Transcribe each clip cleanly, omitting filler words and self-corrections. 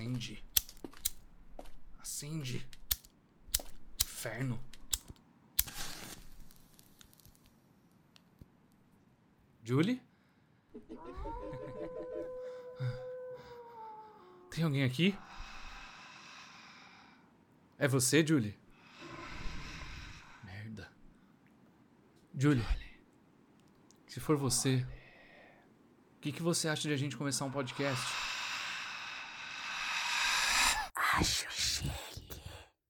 Acende. Acende. Inferno. Julie? Tem alguém aqui? É você, Julie? Merda. Julie, se for você, o que você acha de a gente começar um podcast? Acho chique.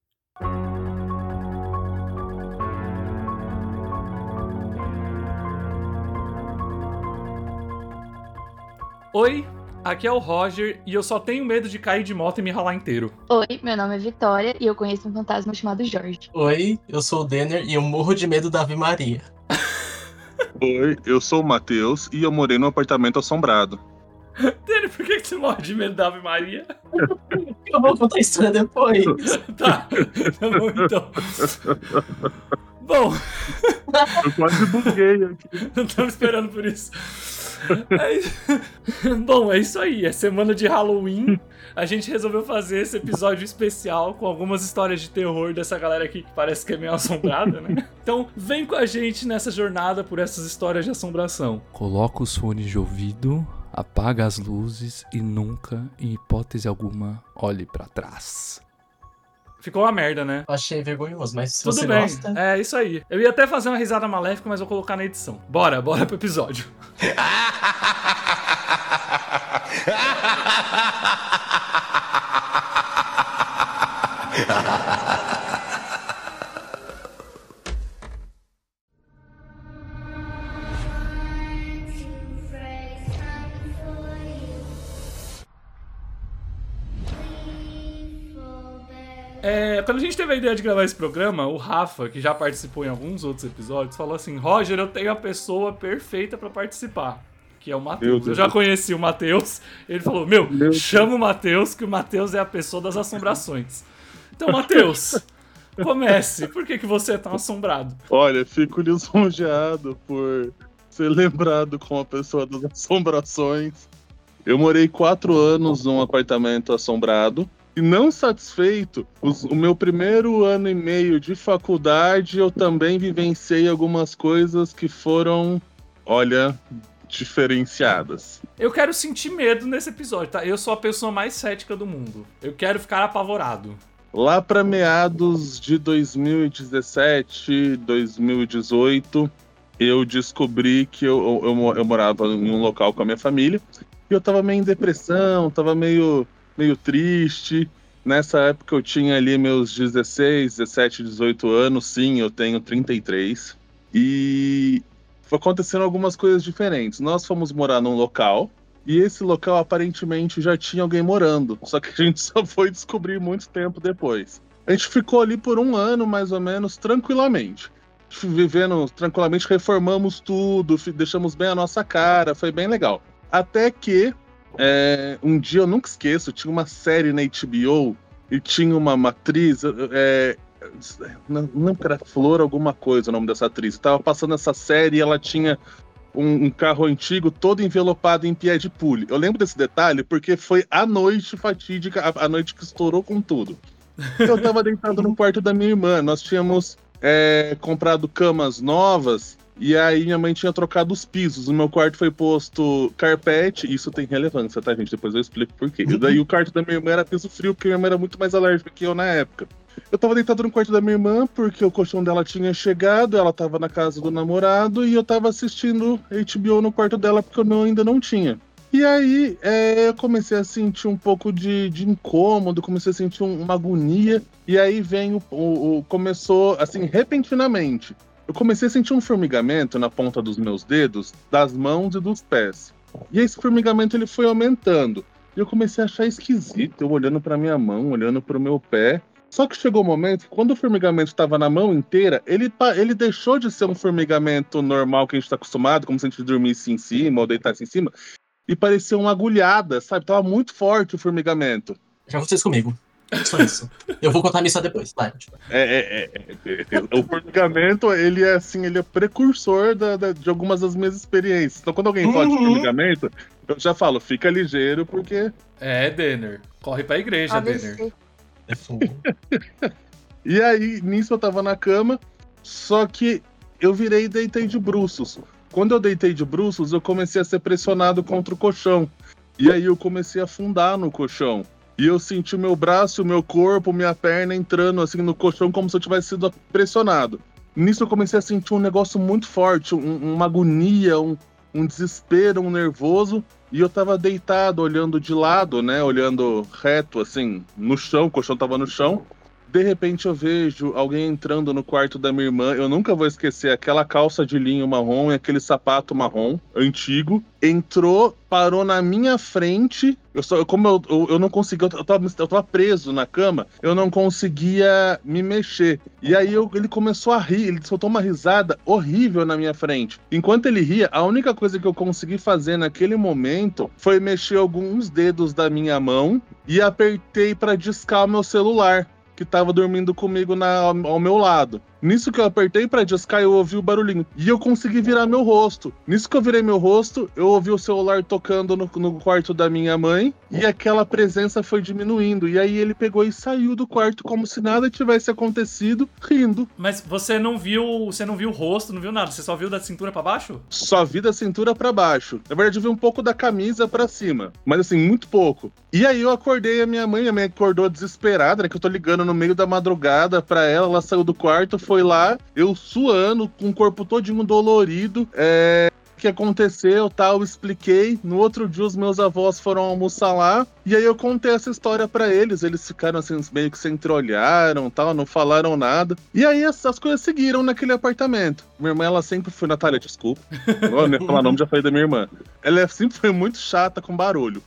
Oi, aqui é o Roger e eu só tenho medo de cair de moto e me ralar inteiro. Oi, meu nome é Vitória e eu conheço um fantasma chamado Jorge. Oi, eu sou o Denner e eu morro de medo da Ave Maria. Oi, eu sou o Matheus e eu morei num apartamento assombrado. Dele, por que você morre de medo da Ave Maria? Eu vou contar a história depois. Tá bom então. Bom, Eu quase buguei aqui. não estamos esperando por isso. Bom, é isso aí. É semana de Halloween. A gente resolveu fazer esse episódio especial com algumas histórias de terror dessa galera aqui que parece que é meio assombrada, né? Então, vem com a gente nessa jornada por essas histórias de assombração. Coloca os fones de ouvido, apaga as luzes e nunca, em hipótese alguma, olhe pra trás. Ficou uma merda, né? Achei vergonhoso, mas se Tudo você bem, gosta... é isso aí. Eu ia até fazer uma risada maléfica, mas vou colocar na edição. Bora pro episódio. Quando a gente teve a ideia de gravar esse programa, o Rafa, que já participou em alguns outros episódios, falou assim: Roger, eu tenho a pessoa perfeita pra participar, que é o Matheus. Eu já conheci o Matheus. Ele falou: chama o Matheus, que o Matheus é a pessoa das assombrações. Então, Matheus, comece. Por que você é tão assombrado? Olha, fico lisonjeado por ser lembrado como a pessoa das assombrações. Eu morei 4 anos num apartamento assombrado. E não satisfeito, o meu primeiro ano e meio de faculdade, eu também vivenciei algumas coisas que foram, olha, diferenciadas. Eu quero sentir medo nesse episódio, tá? Eu sou a pessoa mais cética do mundo. Eu quero ficar apavorado. Lá para meados de 2017, 2018, eu descobri que eu morava em um local com a minha família. E eu tava meio em depressão, tava meio triste. Nessa época eu tinha ali meus 16, 17, 18 anos. Sim, eu tenho 33. E foi acontecendo algumas coisas diferentes. Nós fomos morar num local, e esse local aparentemente já tinha alguém morando. Só que a gente só foi descobrir muito tempo depois. A gente ficou ali por 1 ano, mais ou menos, tranquilamente. Vivendo tranquilamente, reformamos tudo, deixamos bem a nossa cara, foi bem legal. Até que um dia, eu nunca esqueço, tinha uma série na HBO e tinha uma atriz, não lembro que era Flor alguma coisa o nome dessa atriz. Estava passando essa série e ela tinha um carro antigo todo envelopado em pied de pule. Eu lembro desse detalhe porque foi a noite fatídica, a noite que estourou com tudo. Eu estava deitado no quarto da minha irmã, nós tínhamos comprado camas novas. E aí minha mãe tinha trocado os pisos. No meu quarto foi posto carpete. Isso tem relevância, tá, gente? Depois eu explico por quê. E daí o quarto da minha irmã era piso frio, porque minha irmã era muito mais alérgica que eu na época. Eu tava deitado no quarto da minha irmã, porque o colchão dela tinha chegado, ela tava na casa do namorado, e eu tava assistindo HBO no quarto dela, porque eu ainda não tinha. E aí eu comecei a sentir um pouco de incômodo, comecei a sentir uma agonia. E aí começou, assim, repentinamente. Eu comecei a sentir um formigamento na ponta dos meus dedos, das mãos e dos pés. E esse formigamento ele foi aumentando. E eu comecei a achar esquisito, eu olhando pra minha mão, olhando pro meu pé. Só que chegou um momento que quando o formigamento estava na mão inteira, ele deixou de ser um formigamento normal que a gente está acostumado, como se a gente dormisse em cima ou deitasse em cima, e parecia uma agulhada, sabe? Tava muito forte o formigamento. Já aconteceu isso comigo. Só isso. Eu vou contar a missa depois. Vai, continua. O formigamento, ele é assim, ele é precursor de algumas das minhas experiências. Então, quando alguém fala de formigamento, eu já falo, fica ligeiro, porque... É, Denner. Corre pra igreja, Denner. AVC. É fogo. E aí, nisso eu tava na cama, só que eu virei e deitei de bruços. Quando eu deitei de bruços, eu comecei a ser pressionado contra o colchão. E aí eu comecei a afundar no colchão. E eu senti o meu braço, o meu corpo, minha perna entrando assim no colchão como se eu tivesse sido pressionado. Nisso eu comecei a sentir um negócio muito forte, uma agonia, um desespero, um nervoso. E eu tava deitado, olhando de lado, né? Olhando reto, assim, no chão, o colchão tava no chão. De repente eu vejo alguém entrando no quarto da minha irmã. Eu nunca vou esquecer aquela calça de linho marrom e aquele sapato marrom antigo. Entrou, parou na minha frente. Eu não conseguia, eu tava preso na cama. Eu não conseguia me mexer. E aí ele começou a rir. Ele soltou uma risada horrível na minha frente. Enquanto ele ria, a única coisa que eu consegui fazer naquele momento foi mexer alguns dedos da minha mão e apertei para discar o meu celular, que tava dormindo comigo ao meu lado. Nisso que eu apertei pra discar, eu ouvi o barulhinho. E eu consegui virar meu rosto. Nisso que eu virei meu rosto, eu ouvi o celular tocando no quarto da minha mãe. E aquela presença foi diminuindo. E aí ele pegou e saiu do quarto como se nada tivesse acontecido, rindo. Mas você não viu o rosto, não viu nada. Você só viu da cintura pra baixo? Só vi da cintura pra baixo. Na verdade, eu vi um pouco da camisa pra cima. Mas assim, muito pouco. E aí eu acordei a minha mãe acordou desesperada, né? Que eu tô ligando no meio da madrugada pra ela saiu do quarto, foi lá, eu suando, com o corpo todinho dolorido, o que aconteceu, tal, expliquei. No outro dia os meus avós foram almoçar lá, e aí eu contei essa história pra eles ficaram assim, meio que se entreolharam, tal, não falaram nada. E aí as coisas seguiram naquele apartamento. Minha irmã, ela sempre foi, Natália, desculpa, eu nem falar nome, já falei da minha irmã. Ela sempre foi muito chata com barulho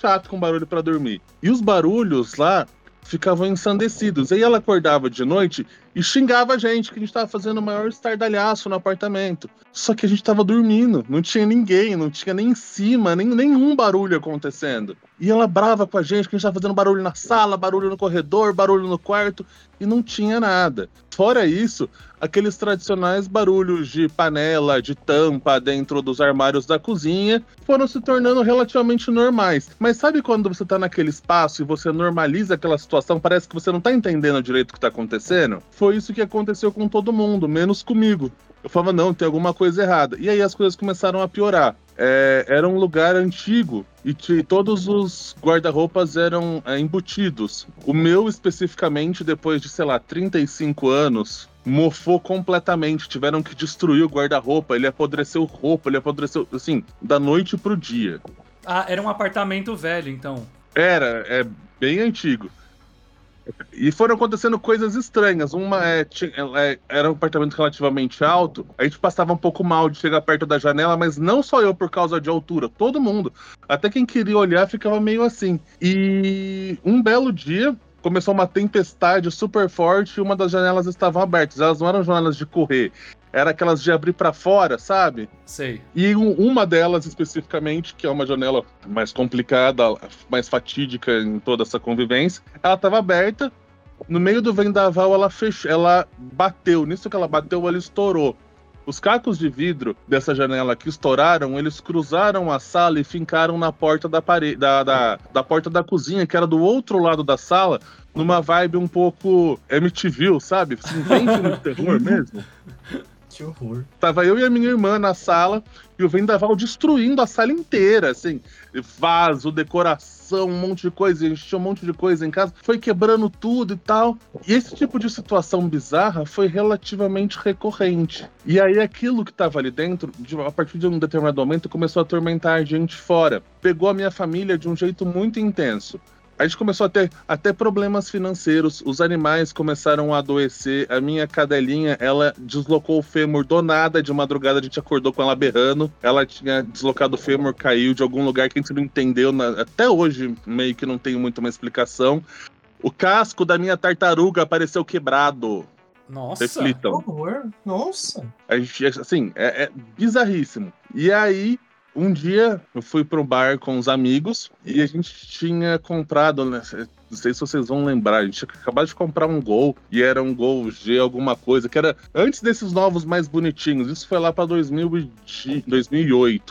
pra dormir. E os barulhos lá ficavam ensandecidos. Aí ela acordava de noite e xingava a gente, que a gente tava fazendo o maior estardalhaço no apartamento. Só que a gente tava dormindo, não tinha ninguém, não tinha nem em cima, nenhum barulho acontecendo. E ela brava com a gente, que a gente tava fazendo barulho na sala, barulho no corredor, barulho no quarto, e não tinha nada. Fora isso, aqueles tradicionais barulhos de panela, de tampa dentro dos armários da cozinha foram se tornando relativamente normais. Mas sabe quando você tá naquele espaço e você normaliza aquela situação, parece que você não tá entendendo direito o que tá acontecendo? Foi isso que aconteceu com todo mundo, menos comigo. Eu falava, não, tem alguma coisa errada. E aí as coisas começaram a piorar. Era um lugar antigo e todos os guarda-roupas eram embutidos. O meu, especificamente, depois de, 35 anos, mofou completamente. Tiveram que destruir o guarda-roupa. Ele apodreceu, assim, da noite pro dia. Ah, era um apartamento velho, então. É bem antigo. E foram acontecendo coisas estranhas. Era um apartamento relativamente alto. A gente passava um pouco mal de chegar perto da janela, mas não só eu por causa de altura, todo mundo. Até quem queria olhar ficava meio assim. E um belo dia começou uma tempestade super forte e uma das janelas estava abertas. Elas não eram janelas de correr, era aquelas de abrir para fora, sabe? Sei. E uma delas especificamente, que é uma janela mais complicada, mais fatídica em toda essa convivência, ela estava aberta. No meio do vendaval ela bateu. Nisso que ela bateu, ela estourou. Os cacos de vidro dessa janela que estouraram, eles cruzaram a sala e fincaram na porta da parede, da porta da cozinha, que era do outro lado da sala, numa vibe um pouco MTV, sabe? Assim, bem filme de terror mesmo. Que horror. Tava eu e a minha irmã na sala e o vendaval destruindo a sala inteira, assim, vaso, decoração, um monte de coisa, a gente tinha um monte de coisa em casa, foi quebrando tudo e tal. E esse tipo de situação bizarra foi relativamente recorrente. E aí aquilo que tava ali dentro, a partir de um determinado momento, começou a atormentar a gente fora. Pegou a minha família de um jeito muito intenso. A gente começou a ter até problemas financeiros, os animais começaram a adoecer, a minha cadelinha, ela deslocou o fêmur do nada, de madrugada a gente acordou com ela berrando, ela tinha deslocado o fêmur, caiu de algum lugar que a gente não entendeu, até hoje meio que não tenho muito uma explicação. O casco da minha tartaruga apareceu quebrado. Nossa. Reflitam. Que horror. Nossa. A gente, assim, é bizarríssimo. E aí, um dia eu fui pro bar com os amigos e a gente tinha comprado, né? Não sei se vocês vão lembrar, a gente tinha acabado de comprar um Gol e era um Gol G alguma coisa, que era antes desses novos mais bonitinhos. Isso foi lá pra 2008,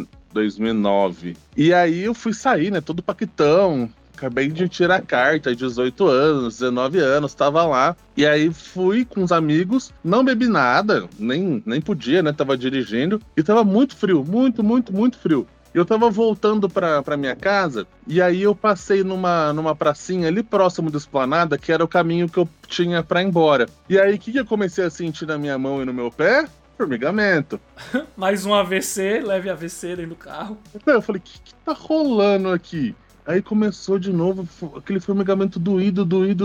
2009. E aí eu fui sair, né? Todo paquitão. Acabei de tirar a carta, 18 anos, 19 anos, tava lá. E aí fui com os amigos, não bebi nada, nem podia, né? Tava dirigindo. E tava muito frio, muito frio. Eu tava voltando pra minha casa, e aí eu passei numa pracinha ali próximo da Esplanada, que era o caminho que eu tinha pra ir embora. E aí, o que eu comecei a sentir na minha mão e no meu pé? Formigamento. Mais um AVC, leve AVC dentro do carro. Então, eu falei, o que tá rolando aqui? Aí começou de novo aquele formigamento doído.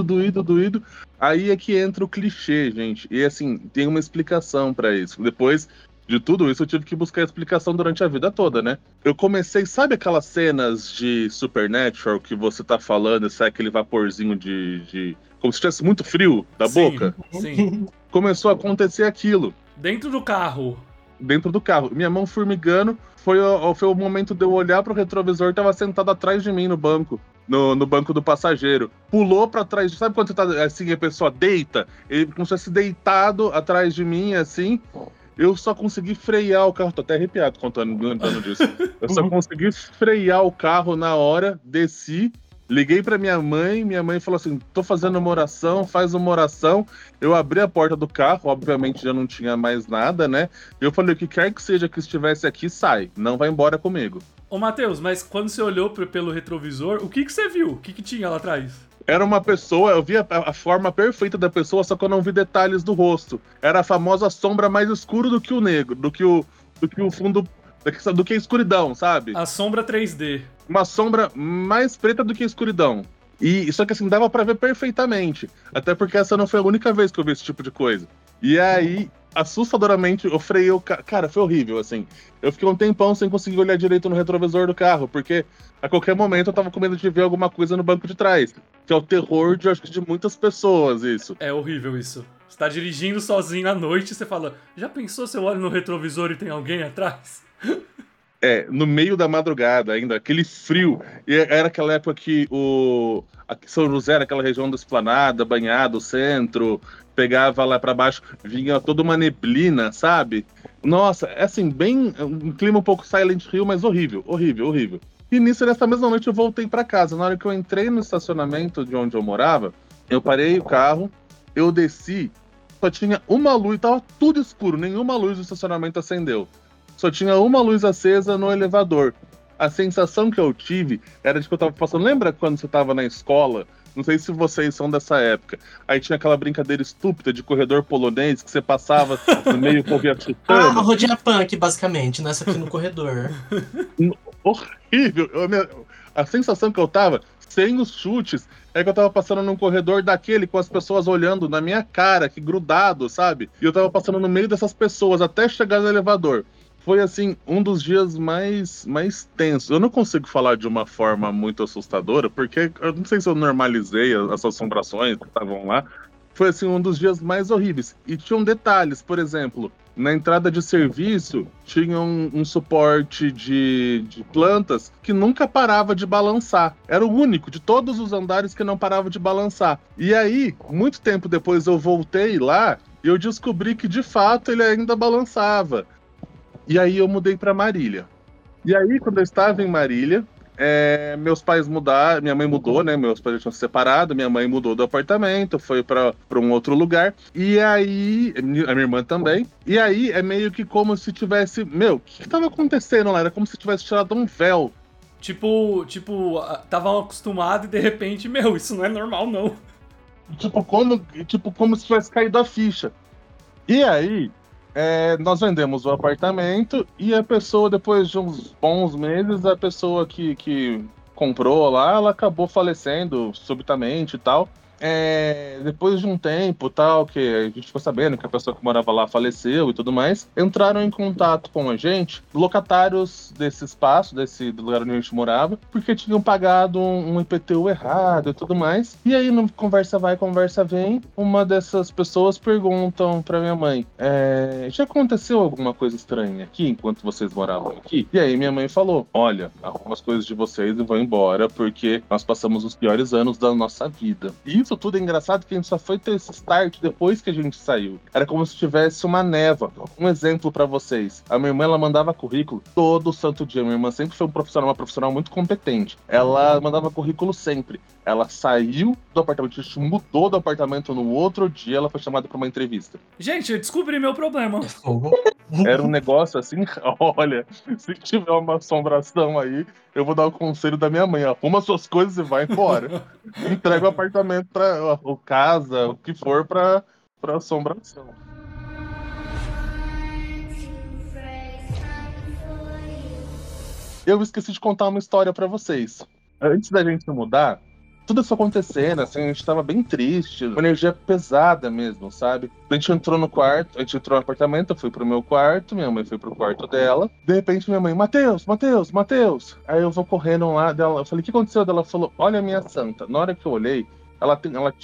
Aí é que entra o clichê, gente. E assim, tem uma explicação pra isso. Depois de tudo isso, eu tive que buscar explicação durante a vida toda, né? Eu comecei, sabe aquelas cenas de Supernatural que você tá falando e sai aquele vaporzinho como se tivesse muito frio da boca? Sim. Começou a acontecer aquilo. Dentro do carro. Dentro do carro. Minha mão formigando, foi o momento de eu olhar pro retrovisor, tava sentado atrás de mim no banco. No banco do passageiro. Pulou pra trás. Sabe quando você tá assim, a pessoa deita? Ele como se tivesse deitado atrás de mim, assim. Eu só consegui frear o carro. Tô até arrepiado lembrando disso. Eu só consegui frear o carro na hora, desci. Liguei pra minha mãe falou assim, tô fazendo uma oração, faz uma oração. Eu abri a porta do carro, obviamente já não tinha mais nada, né? Eu falei, o que quer que seja que estivesse aqui, sai, não vai embora comigo. Ô, Matheus, mas quando você olhou pelo retrovisor, o que você viu? O que tinha lá atrás? Era uma pessoa, eu vi a forma perfeita da pessoa, só que eu não vi detalhes do rosto. Era a famosa sombra mais escura do que o negro, do que o fundo, do que a escuridão, sabe? A sombra 3D. Uma sombra mais preta do que a escuridão. E só que assim, dava pra ver perfeitamente. Até porque essa não foi a única vez que eu vi esse tipo de coisa. E aí, assustadoramente, eu freiei o carro. Cara, foi horrível, assim. Eu fiquei um tempão sem conseguir olhar direito no retrovisor do carro, porque a qualquer momento eu tava com medo de ver alguma coisa no banco de trás. Que é o terror de, acho que, de muitas pessoas, isso. É horrível isso. Você tá dirigindo sozinho à noite e você fala, já pensou se eu olho no retrovisor e tem alguém atrás? No meio da madrugada ainda, aquele frio. E era aquela época que aqui São José era aquela região da Esplanada, Banhado, centro, pegava lá pra baixo, vinha toda uma neblina, sabe? Nossa, é assim, bem um clima um pouco Silent Hill, mas horrível. E nisso, nessa mesma noite, eu voltei pra casa. Na hora que eu entrei no estacionamento de onde eu morava, eu parei o carro, eu desci, só tinha uma luz, tava tudo escuro, nenhuma luz do estacionamento acendeu. Só tinha uma luz acesa no elevador. A sensação que eu tive era de que eu tava passando... Lembra quando você tava na escola? Não sei se vocês são dessa época. Aí tinha aquela brincadeira estúpida de corredor polonês que você passava no meio e corria chutando. Rodinha punk, basicamente, nessa aqui no corredor. Horrível. A sensação que eu tava, sem os chutes, é que eu tava passando num corredor daquele com as pessoas olhando na minha cara, que grudado, sabe? E eu tava passando no meio dessas pessoas até chegar no elevador. Foi, assim, um dos dias mais tensos. Eu não consigo falar de uma forma muito assustadora, porque eu não sei se eu normalizei as assombrações que estavam lá. Foi, assim, um dos dias mais horríveis. E tinham detalhes, por exemplo, na entrada de serviço, tinha um suporte de plantas que nunca parava de balançar. Era o único de todos os andares que não parava de balançar. E aí, muito tempo depois, eu voltei lá e eu descobri que, de fato, ele ainda balançava. E aí eu mudei para Marília. E aí, quando eu estava em Marília, meus pais mudaram, minha mãe mudou, né? Meus pais já tinham se separado, minha mãe mudou do apartamento, foi para um outro lugar. E aí, a minha irmã também. E aí é meio que como se tivesse... o que tava acontecendo lá? Era como se tivesse tirado um véu. Tipo, estavam acostumados e de repente, isso não é normal, não. Como se tivesse caído a ficha. E aí... nós vendemos o apartamento e a pessoa, depois de uns bons meses, a pessoa que comprou lá, ela acabou falecendo subitamente e tal. depois de um tempo, tal, que a gente ficou sabendo que a pessoa que morava lá faleceu e tudo mais, entraram em contato com a gente, locatários desse espaço, do lugar onde a gente morava, porque tinham pagado um IPTU errado e tudo mais. E aí, no conversa vai, conversa vem, uma dessas pessoas perguntam pra minha mãe, já aconteceu alguma coisa estranha aqui enquanto vocês moravam aqui? E aí minha mãe falou, olha, arruma as coisas de vocês e vão embora, porque nós passamos os piores anos da nossa vida. E isso tudo é engraçado, que a gente só foi ter esse start depois que a gente saiu. Era como se tivesse uma névoa. Um exemplo pra vocês. A minha irmã, ela mandava currículo todo santo dia. Minha irmã sempre foi uma profissional muito competente. Ela mandava currículo sempre. Ela saiu do apartamento, a gente mudou do apartamento no outro dia, ela foi chamada pra uma entrevista. Gente, eu descobri meu problema. Era um negócio assim, olha, se tiver uma assombração aí, eu vou dar o conselho da minha mãe, arruma suas coisas e vai embora. Entrega o apartamento ou casa, o que for pra assombração. Eu esqueci de contar uma história pra vocês. Antes da gente mudar, tudo isso acontecendo, assim, a gente tava bem triste, uma energia pesada mesmo, sabe? A gente entrou no quarto, a gente entrou no apartamento, eu fui pro meu quarto, minha mãe foi pro quarto dela. De repente minha mãe, Matheus! Aí eu vou correndo lá dela, eu falei, o que aconteceu? Ela falou, olha a minha santa. Na hora que eu olhei, ela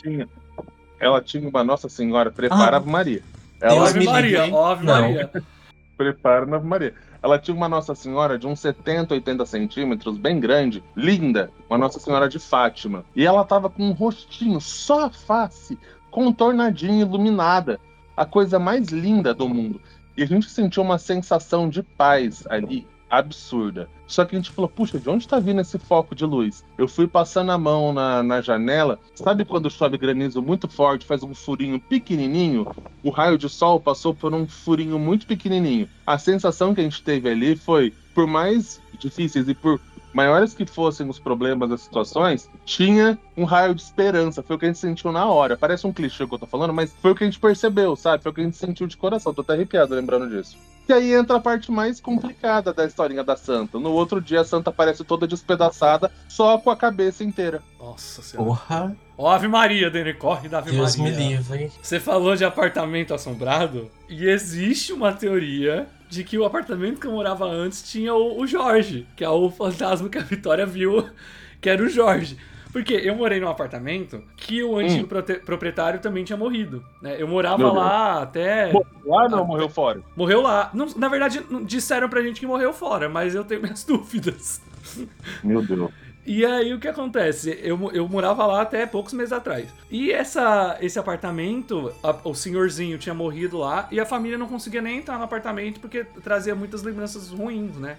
tinha uma Nossa Senhora, prepara a Ave Maria. Ave Maria. Prepara na Ave Maria. Ela tinha uma Nossa Senhora de uns 70, 80 centímetros, bem grande, linda, uma Nossa Senhora de Fátima. E ela tava com um rostinho, só a face, contornadinha, iluminada. A coisa mais linda do mundo. E a gente sentiu uma sensação de paz ali, absurda. Só que a gente falou, puxa, de onde tá vindo esse foco de luz? Eu fui passando a mão na janela, sabe quando chove granizo muito forte, faz um furinho pequenininho? O raio de sol passou por um furinho muito pequenininho. A sensação que a gente teve ali foi, por mais difíceis e por maiores que fossem os problemas, as situações, tinha um raio de esperança. Foi o que a gente sentiu na hora. Parece um clichê que eu tô falando, mas foi o que a gente percebeu, sabe? Foi o que a gente sentiu de coração. Tô até arrepiado lembrando disso. E aí entra a parte mais complicada da historinha da Santa. No outro dia, a Santa aparece toda despedaçada, só com a cabeça inteira. Nossa Senhora. Porra. Ó, Ave Maria, Dani, corre da Ave Deus Maria. me livre. Você falou de apartamento assombrado, e existe uma teoria de que o apartamento que eu morava antes tinha o Jorge, que é o fantasma que a Vitória viu, que era o Jorge. Porque eu morei num apartamento que o antigo proprietário também tinha morrido, né? Eu morava lá até... Lá não, morreu fora. Morreu lá. Não, na verdade, disseram pra gente que morreu fora, mas eu tenho minhas dúvidas. Meu Deus. E aí, o que acontece? Eu morava lá até poucos meses atrás. E esse apartamento, o senhorzinho tinha morrido lá e a família não conseguia nem entrar no apartamento porque trazia muitas lembranças ruins, né?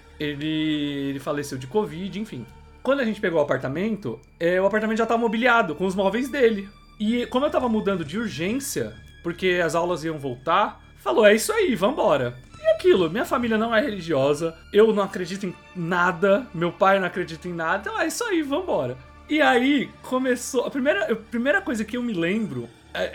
Ele faleceu de Covid, enfim. Quando a gente pegou o apartamento já estava mobiliado com os móveis dele. E como eu tava mudando de urgência, porque as aulas iam voltar, falou, é isso aí, vambora. E aquilo, minha família não é religiosa, eu não acredito em nada, meu pai não acredita em nada, então é isso aí, vambora. E aí começou, a primeira coisa que eu me lembro,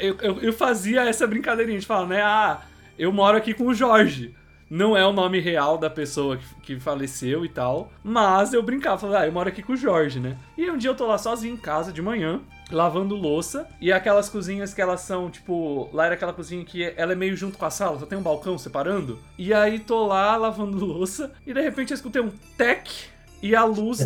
eu fazia essa brincadeirinha de falar, né, eu moro aqui com o Jorge. Não é o nome real da pessoa que faleceu e tal, mas eu brincava, falava, eu moro aqui com o Jorge, né? E um dia eu tô lá sozinho em casa, de manhã, lavando louça, e aquelas cozinhas que elas são, tipo, lá era aquela cozinha que ela é meio junto com a sala, só tem um balcão separando, e aí tô lá lavando louça, e de repente eu escutei um tec, e a luz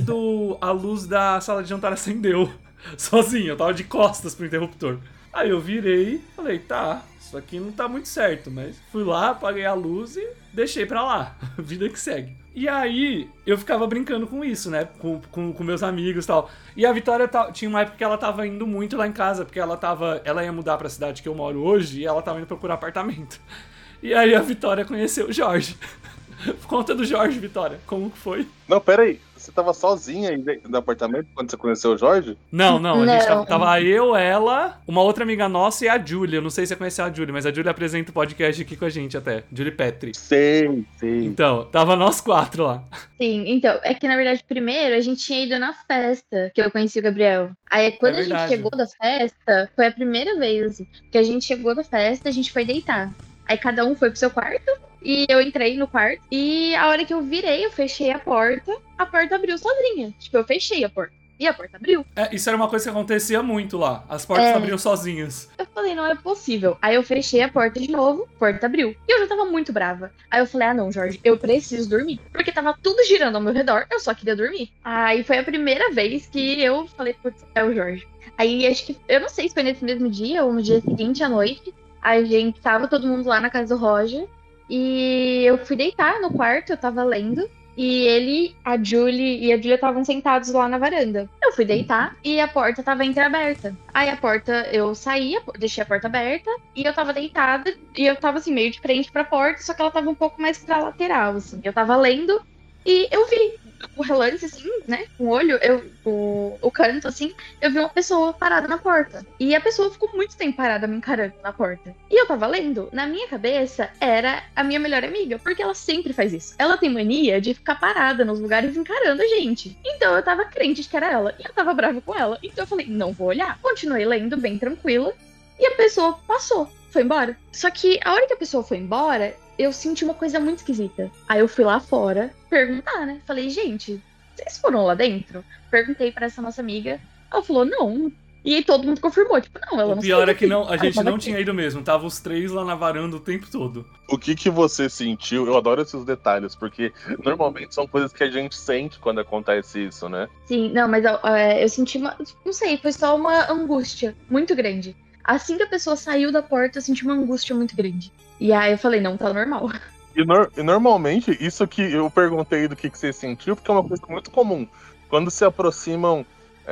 da sala de jantar acendeu, sozinho, eu tava de costas pro interruptor. Aí eu virei, falei, tá, isso aqui não tá muito certo, mas fui lá, apaguei a luz e deixei pra lá, vida que segue. E aí, eu ficava brincando com isso, né, com meus amigos e tal. E a Vitória tinha uma época que ela tava indo muito lá em casa, porque ela ia mudar pra cidade que eu moro hoje e ela tava indo procurar apartamento. E aí a Vitória conheceu o Jorge. Conta do Jorge, Vitória, como que foi? Não, peraí. Você tava sozinha aí dentro do apartamento quando você conheceu o Jorge? Não, a gente tava eu, ela, uma outra amiga nossa e a Júlia. Eu não sei se você conheceu a Júlia, mas a Júlia apresenta o podcast aqui com a gente até. Julie Petri. Sei. Então, tava nós 4 lá. Sim, então, é que na verdade primeiro a gente tinha ido na festa que eu conheci o Gabriel. Aí quando a gente chegou da festa, foi a primeira vez assim, que a gente chegou da festa, a gente foi deitar. Aí cada um foi pro seu quarto. E eu entrei no quarto e a hora que eu virei, eu fechei a porta abriu sozinha. Tipo, eu fechei a porta. E a porta abriu. Isso era uma coisa que acontecia muito lá. As portas abriam sozinhas. Eu falei, não é possível. Aí eu fechei a porta de novo, a porta abriu. E eu já tava muito brava. Aí eu falei, não, Jorge, eu preciso dormir. Porque tava tudo girando ao meu redor, eu só queria dormir. Aí foi a primeira vez que eu falei, putz, é o Jorge. Aí acho que, eu não sei se foi nesse mesmo dia ou no dia seguinte à noite, a gente tava todo mundo lá na casa do Roger. E eu fui deitar no quarto, eu tava lendo. E ele, a Julie e a Julia estavam sentados lá na varanda. Eu fui deitar e a porta tava entreaberta. Aí a porta, eu saí, deixei a porta aberta e eu tava deitada e eu tava assim, meio de frente pra porta, só que ela tava um pouco mais pra lateral, assim. Eu tava lendo e eu vi o relance, assim, né, com o olho, o canto, assim, eu vi uma pessoa parada na porta. E a pessoa ficou muito tempo parada me encarando na porta. E eu tava lendo, na minha cabeça, era a minha melhor amiga, porque ela sempre faz isso. Ela tem mania de ficar parada nos lugares encarando a gente. Então eu tava crente de que era ela, e eu tava brava com ela. Então eu falei, não vou olhar. Continuei lendo, bem tranquila, e a pessoa passou, foi embora. Só que a hora que a pessoa foi embora, eu senti uma coisa muito esquisita. Aí eu fui lá fora perguntar, né? Falei, gente, vocês foram lá dentro? Perguntei pra essa nossa amiga. Ela falou, não. E aí todo mundo confirmou, tipo, não, ela não O pior é que não, a gente não tinha ido mesmo. Tava os três lá na varanda o tempo todo. O que você sentiu? Eu adoro esses detalhes, porque normalmente são coisas que a gente sente quando acontece isso, né? Sim, não, mas eu senti uma... Não sei, foi só uma angústia muito grande. Assim que a pessoa saiu da porta, eu senti uma angústia muito grande. E aí eu falei, não, tá normal. E normalmente, isso que eu perguntei do que você sentiu, porque é uma coisa muito comum. Quando se aproximam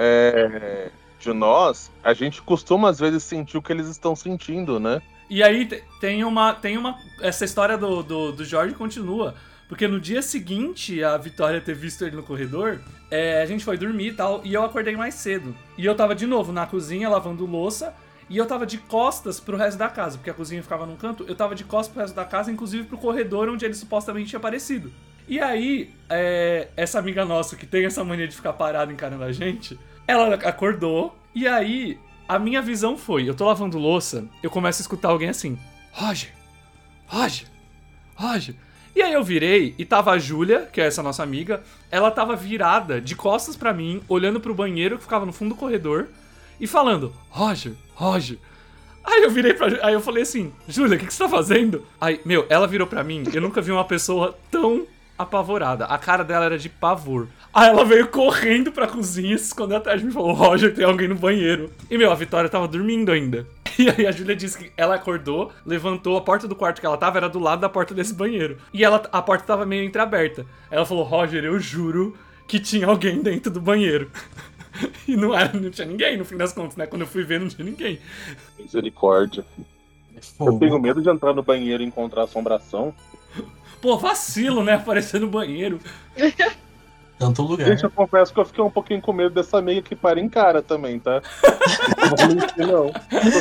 de nós, a gente costuma às vezes sentir o que eles estão sentindo, né? E aí tem uma essa história do Jorge continua. Porque no dia seguinte, a Vitória ter visto ele no corredor, a gente foi dormir e tal, e eu acordei mais cedo. E eu tava de novo na cozinha, lavando louça, e eu tava de costas pro resto da casa, porque a cozinha ficava num canto, eu tava de costas pro resto da casa, inclusive pro corredor onde ele supostamente tinha aparecido. E aí, essa amiga nossa, que tem essa mania de ficar parada encarando a gente, ela acordou, e aí, a minha visão foi, eu tô lavando louça, eu começo a escutar alguém assim, Roger, Roger, Roger. E aí eu virei, e tava a Júlia, que é essa nossa amiga, ela tava virada de costas pra mim, olhando pro banheiro que ficava no fundo do corredor, e falando, Roger, Roger. Aí eu virei aí eu falei assim, Júlia, o que você tá fazendo? Aí, ela virou pra mim, eu nunca vi uma pessoa tão apavorada. A cara dela era de pavor. Aí ela veio correndo pra cozinha, se escondeu atrás de mim e falou, Roger, tem alguém no banheiro. E, a Vitória tava dormindo ainda. E aí a Júlia disse que ela acordou, levantou, a porta do quarto que ela tava era do lado da porta desse banheiro. E a porta tava meio entreaberta. Aí ela falou, Roger, eu juro que tinha alguém dentro do banheiro. E não tinha ninguém, no fim das contas, né? Quando eu fui ver, não tinha ninguém. Misericórdia. Eu tenho medo de entrar no banheiro e encontrar assombração. Pô, vacilo, né? Aparecer no banheiro. Tanto lugar. Gente, eu confesso que eu fiquei um pouquinho com medo dessa meia que para em cara também, tá? Não vou mentir, não.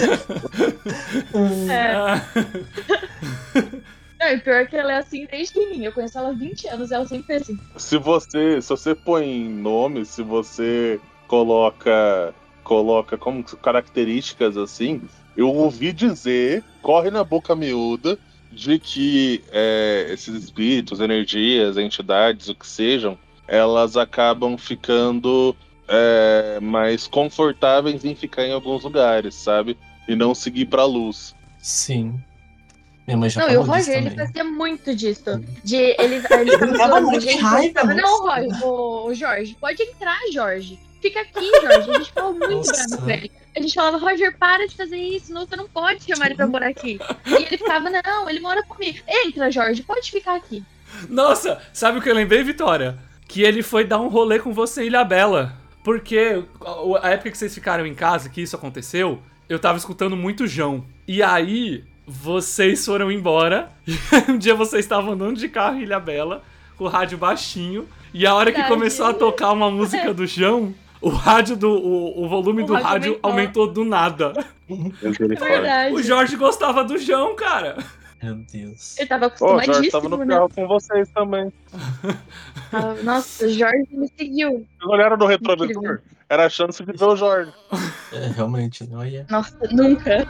Não, e pior que ela é assim desde mim. Eu conheço ela há 20 anos e ela sempre foi assim. Se você põe nome, se você coloca como características assim, eu ouvi dizer, corre na boca miúda, de que esses espíritos, energias, entidades, o que sejam, elas acabam ficando mais confortáveis em ficar em alguns lugares, sabe? E não seguir pra luz. Sim. Minha mãe já não, e o Roger, ele fazia muito disso. Ele tava muito de raiva. Não, o Jorge, pode entrar, Jorge. Fica aqui, Jorge. A gente falou muito bravo com ele. A gente falava, Roger, para de fazer isso, senão você não pode chamar ele pra morar aqui. E ele ficava, não, ele mora comigo. Entra, Jorge, pode ficar aqui. Nossa, sabe o que eu lembrei, Vitória? Que ele foi dar um rolê com você em Ilhabela. Porque a época que vocês ficaram em casa, que isso aconteceu, eu tava escutando muito João. E aí, vocês foram embora. E um dia vocês estavam andando de carro em Ilhabela, com o rádio baixinho. E a hora que começou a tocar uma música do João, o volume do rádio aumentou do nada. É verdade. O Jorge gostava do João, cara. Meu Deus. Ele tava acostumadíssimo, o Jorge tava no carro com vocês também. Nossa, o Jorge me seguiu. Vocês olharam no retrovisor? Era a chance de ver o Jorge. Realmente, não ia. Nossa, nunca.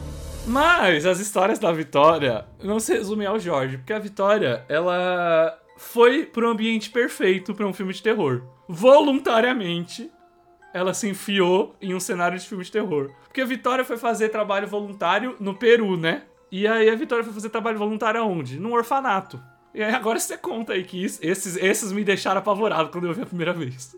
Mas as histórias da Vitória não se resumem ao Jorge, porque a Vitória, ela foi pro ambiente perfeito pra um filme de terror. Voluntariamente, ela se enfiou em um cenário de filme de terror. Porque a Vitória foi fazer trabalho voluntário no Peru, né? E aí a Vitória foi fazer trabalho voluntário aonde? Num orfanato. E aí agora você conta aí que esses me deixaram apavorado quando eu vi a primeira vez.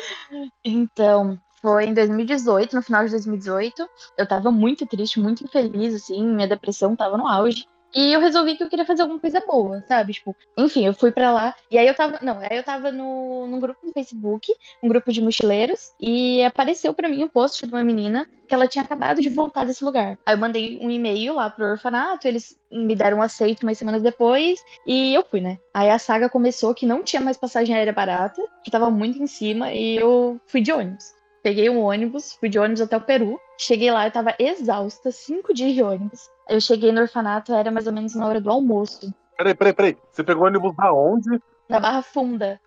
Então, foi em 2018, no final de 2018. Eu tava muito triste, muito infeliz, assim, minha depressão tava no auge. E eu resolvi que eu queria fazer alguma coisa boa, sabe? Tipo, enfim, eu fui pra lá. E aí eu tava. Não, aí eu tava num grupo no Facebook, um grupo de mochileiros, e apareceu pra mim um post de uma menina que ela tinha acabado de voltar desse lugar. Aí eu mandei um e-mail lá pro orfanato, eles me deram um aceito umas semanas depois, e eu fui, né? Aí a saga começou que não tinha mais passagem aérea barata, que tava muito em cima, e eu fui de ônibus. Peguei um ônibus, fui de ônibus até o Peru. Cheguei lá, eu tava exausta, 5 dias de ônibus. Eu cheguei no orfanato, era mais ou menos na hora do almoço, Peraí. Você pegou ônibus aonde? na Barra Funda.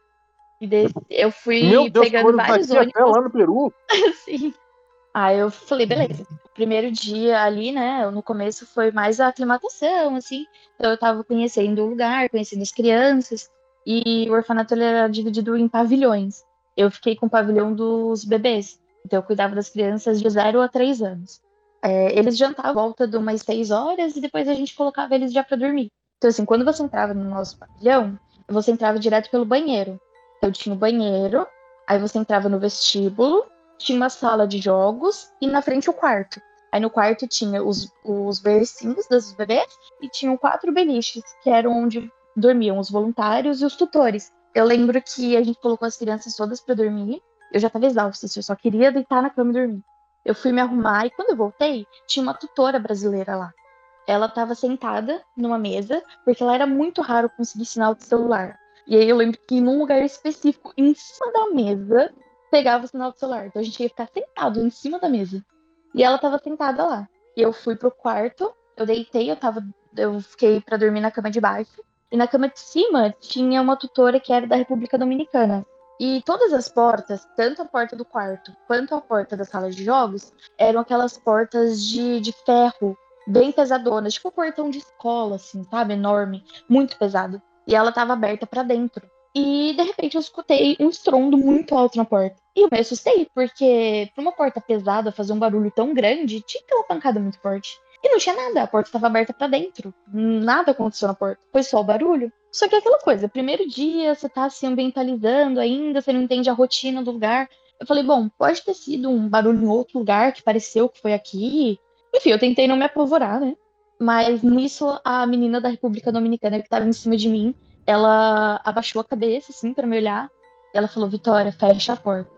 Eu Meu fui Deus, pegou pegando ônibus vários daqui até ônibus, lá no Peru? assim. Aí eu falei, beleza. Primeiro dia ali, né, no começo foi mais a aclimatação, assim. Então eu tava conhecendo o lugar, conhecendo as crianças. E o orfanato ele era dividido em pavilhões. Eu fiquei com o pavilhão dos bebês. Então eu cuidava das crianças de 0 a 3 anos. Eles jantavam à volta de umas 6 horas e depois a gente colocava eles já pra dormir. Então, assim, quando você entrava no nosso pavilhão, você entrava direto pelo banheiro. Então, tinha o banheiro, aí você entrava no vestíbulo, tinha uma sala de jogos e na frente o quarto. Aí no quarto tinha os bercinhos dos bebês e tinham 4 beliches, que eram onde dormiam os voluntários e os tutores. Eu lembro que a gente colocou as crianças todas pra dormir. Eu já tava exausta, assim, eu só queria deitar na cama e dormir. Eu fui me arrumar e quando eu voltei, tinha uma tutora brasileira lá. Ela estava sentada numa mesa, porque lá era muito raro conseguir sinal de celular. E aí eu lembro que num lugar específico, em cima da mesa, pegava o sinal de celular. Então a gente ia ficar sentado em cima da mesa. E ela estava sentada lá. E eu fui pro quarto, eu deitei, eu fiquei para dormir na cama de baixo. E na cama de cima tinha uma tutora que era da República Dominicana. E todas as portas, tanto a porta do quarto quanto a porta da sala de jogos, eram aquelas portas de ferro, bem pesadonas, tipo um portão de escola, assim, sabe? Enorme, muito pesado. E ela tava aberta pra dentro. E de repente eu escutei um estrondo muito alto na porta. E eu me assustei, porque pra uma porta pesada fazer um barulho tão grande, tinha que ter uma pancada muito forte. E não tinha nada, a porta estava aberta pra dentro. Nada aconteceu na porta. Foi só o barulho. Só que é aquela coisa, primeiro dia, você tá se ambientalizando ainda, você não entende a rotina do lugar. Eu falei, bom, pode ter sido um barulho em outro lugar que pareceu que foi aqui. Enfim, eu tentei não me apavorar, né? Mas nisso, a menina da República Dominicana que tava em cima de mim, ela abaixou a cabeça, assim, pra me olhar. Ela falou, Vitória, fecha a porta.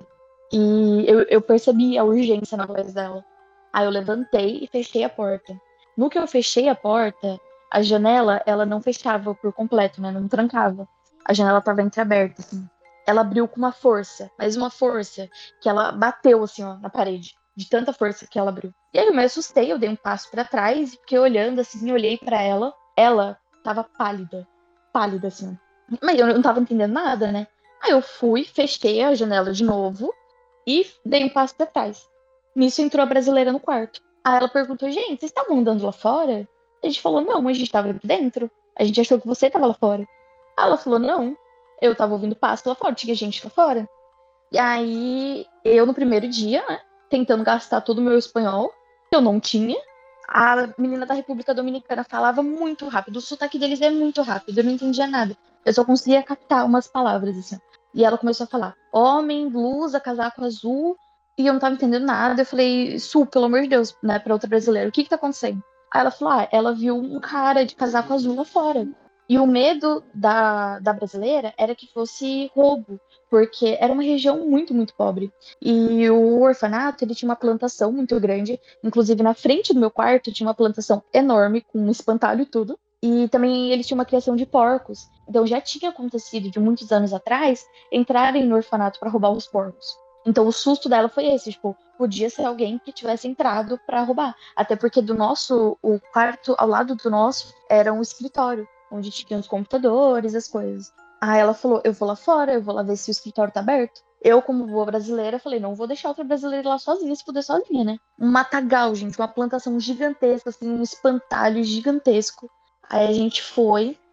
E eu percebi a urgência na voz dela. Aí eu levantei e fechei a porta. No que eu fechei a porta, a janela, ela não fechava por completo, né? Não trancava. A janela estava entreaberta, assim. Ela abriu com uma força, mas uma força que ela bateu, assim, ó, na parede. De tanta força que ela abriu. E aí eu me assustei, eu dei um passo para trás e fiquei olhando, assim, olhei para ela. Ela tava pálida. Pálida, assim. Mas eu não tava entendendo nada, né? Aí eu fui, fechei a janela de novo e dei um passo para trás. Nisso entrou a brasileira no quarto. Aí ela perguntou, gente, vocês estavam andando lá fora? A gente falou, não, a gente tava aqui dentro. A gente achou que você tava lá fora. Aí ela falou, não, eu tava ouvindo passo lá fora, tinha gente lá fora. E aí, eu no primeiro dia, né, tentando gastar todo o meu espanhol, que eu não tinha. A menina da República Dominicana falava muito rápido, o sotaque deles é muito rápido, eu não entendia nada. Eu só conseguia captar umas palavras, assim. E ela começou a falar, homem, blusa, casaco azul, e eu não tava entendendo nada. Eu falei, Su, pelo amor de Deus, né, pra outra brasileira, o que tá acontecendo? Aí ela falou, ela viu um cara de casaco azul lá fora. E o medo da brasileira era que fosse roubo, porque era uma região muito, muito pobre. E o orfanato, ele tinha uma plantação muito grande, inclusive na frente do meu quarto tinha uma plantação enorme, com um espantalho e tudo. E também eles tinham uma criação de porcos. Então já tinha acontecido de muitos anos atrás entrarem no orfanato para roubar os porcos. Então o susto dela foi esse, tipo, podia ser alguém que tivesse entrado para roubar. Até porque o quarto ao lado do nosso era um escritório, onde tinha os computadores, as coisas. Aí ela falou, eu vou lá fora, eu vou lá ver se o escritório tá aberto. Eu, como boa brasileira, falei, não vou deixar outra brasileira lá sozinha, se puder sozinha, né? Um matagal, gente, uma plantação gigantesca, assim, um espantalho gigantesco. Aí a gente foi,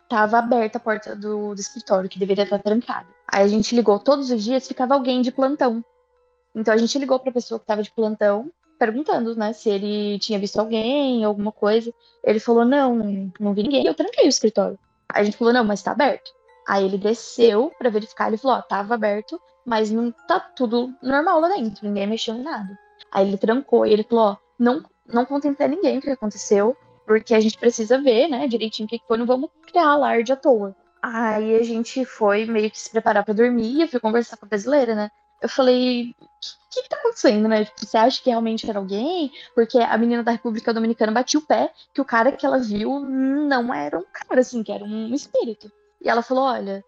tava aberta a porta do escritório, que deveria estar trancada. Aí a gente ligou todos os dias, ficava alguém de plantão. Então a gente ligou pra pessoa que tava de plantão, perguntando, né, se ele tinha visto alguém, alguma coisa. Ele falou, não vi ninguém. Eu tranquei o escritório. Aí a gente falou, não, mas tá aberto. Aí ele desceu pra verificar, ele falou, ó, tava aberto, mas não tá tudo normal lá dentro, ninguém mexeu em nada. Aí ele trancou e ele falou, ó, não contem pra ninguém o que aconteceu, porque a gente precisa ver, né, direitinho o que foi, não vamos criar alarde à toa. Aí a gente foi meio que se preparar pra dormir e eu fui conversar com a brasileira, né? Eu falei, o que tá acontecendo, né? Tipo, você acha que realmente era alguém? Porque a menina da República Dominicana batia o pé que o cara que ela viu não era um cara, assim, que era um espírito. E ela falou, olha,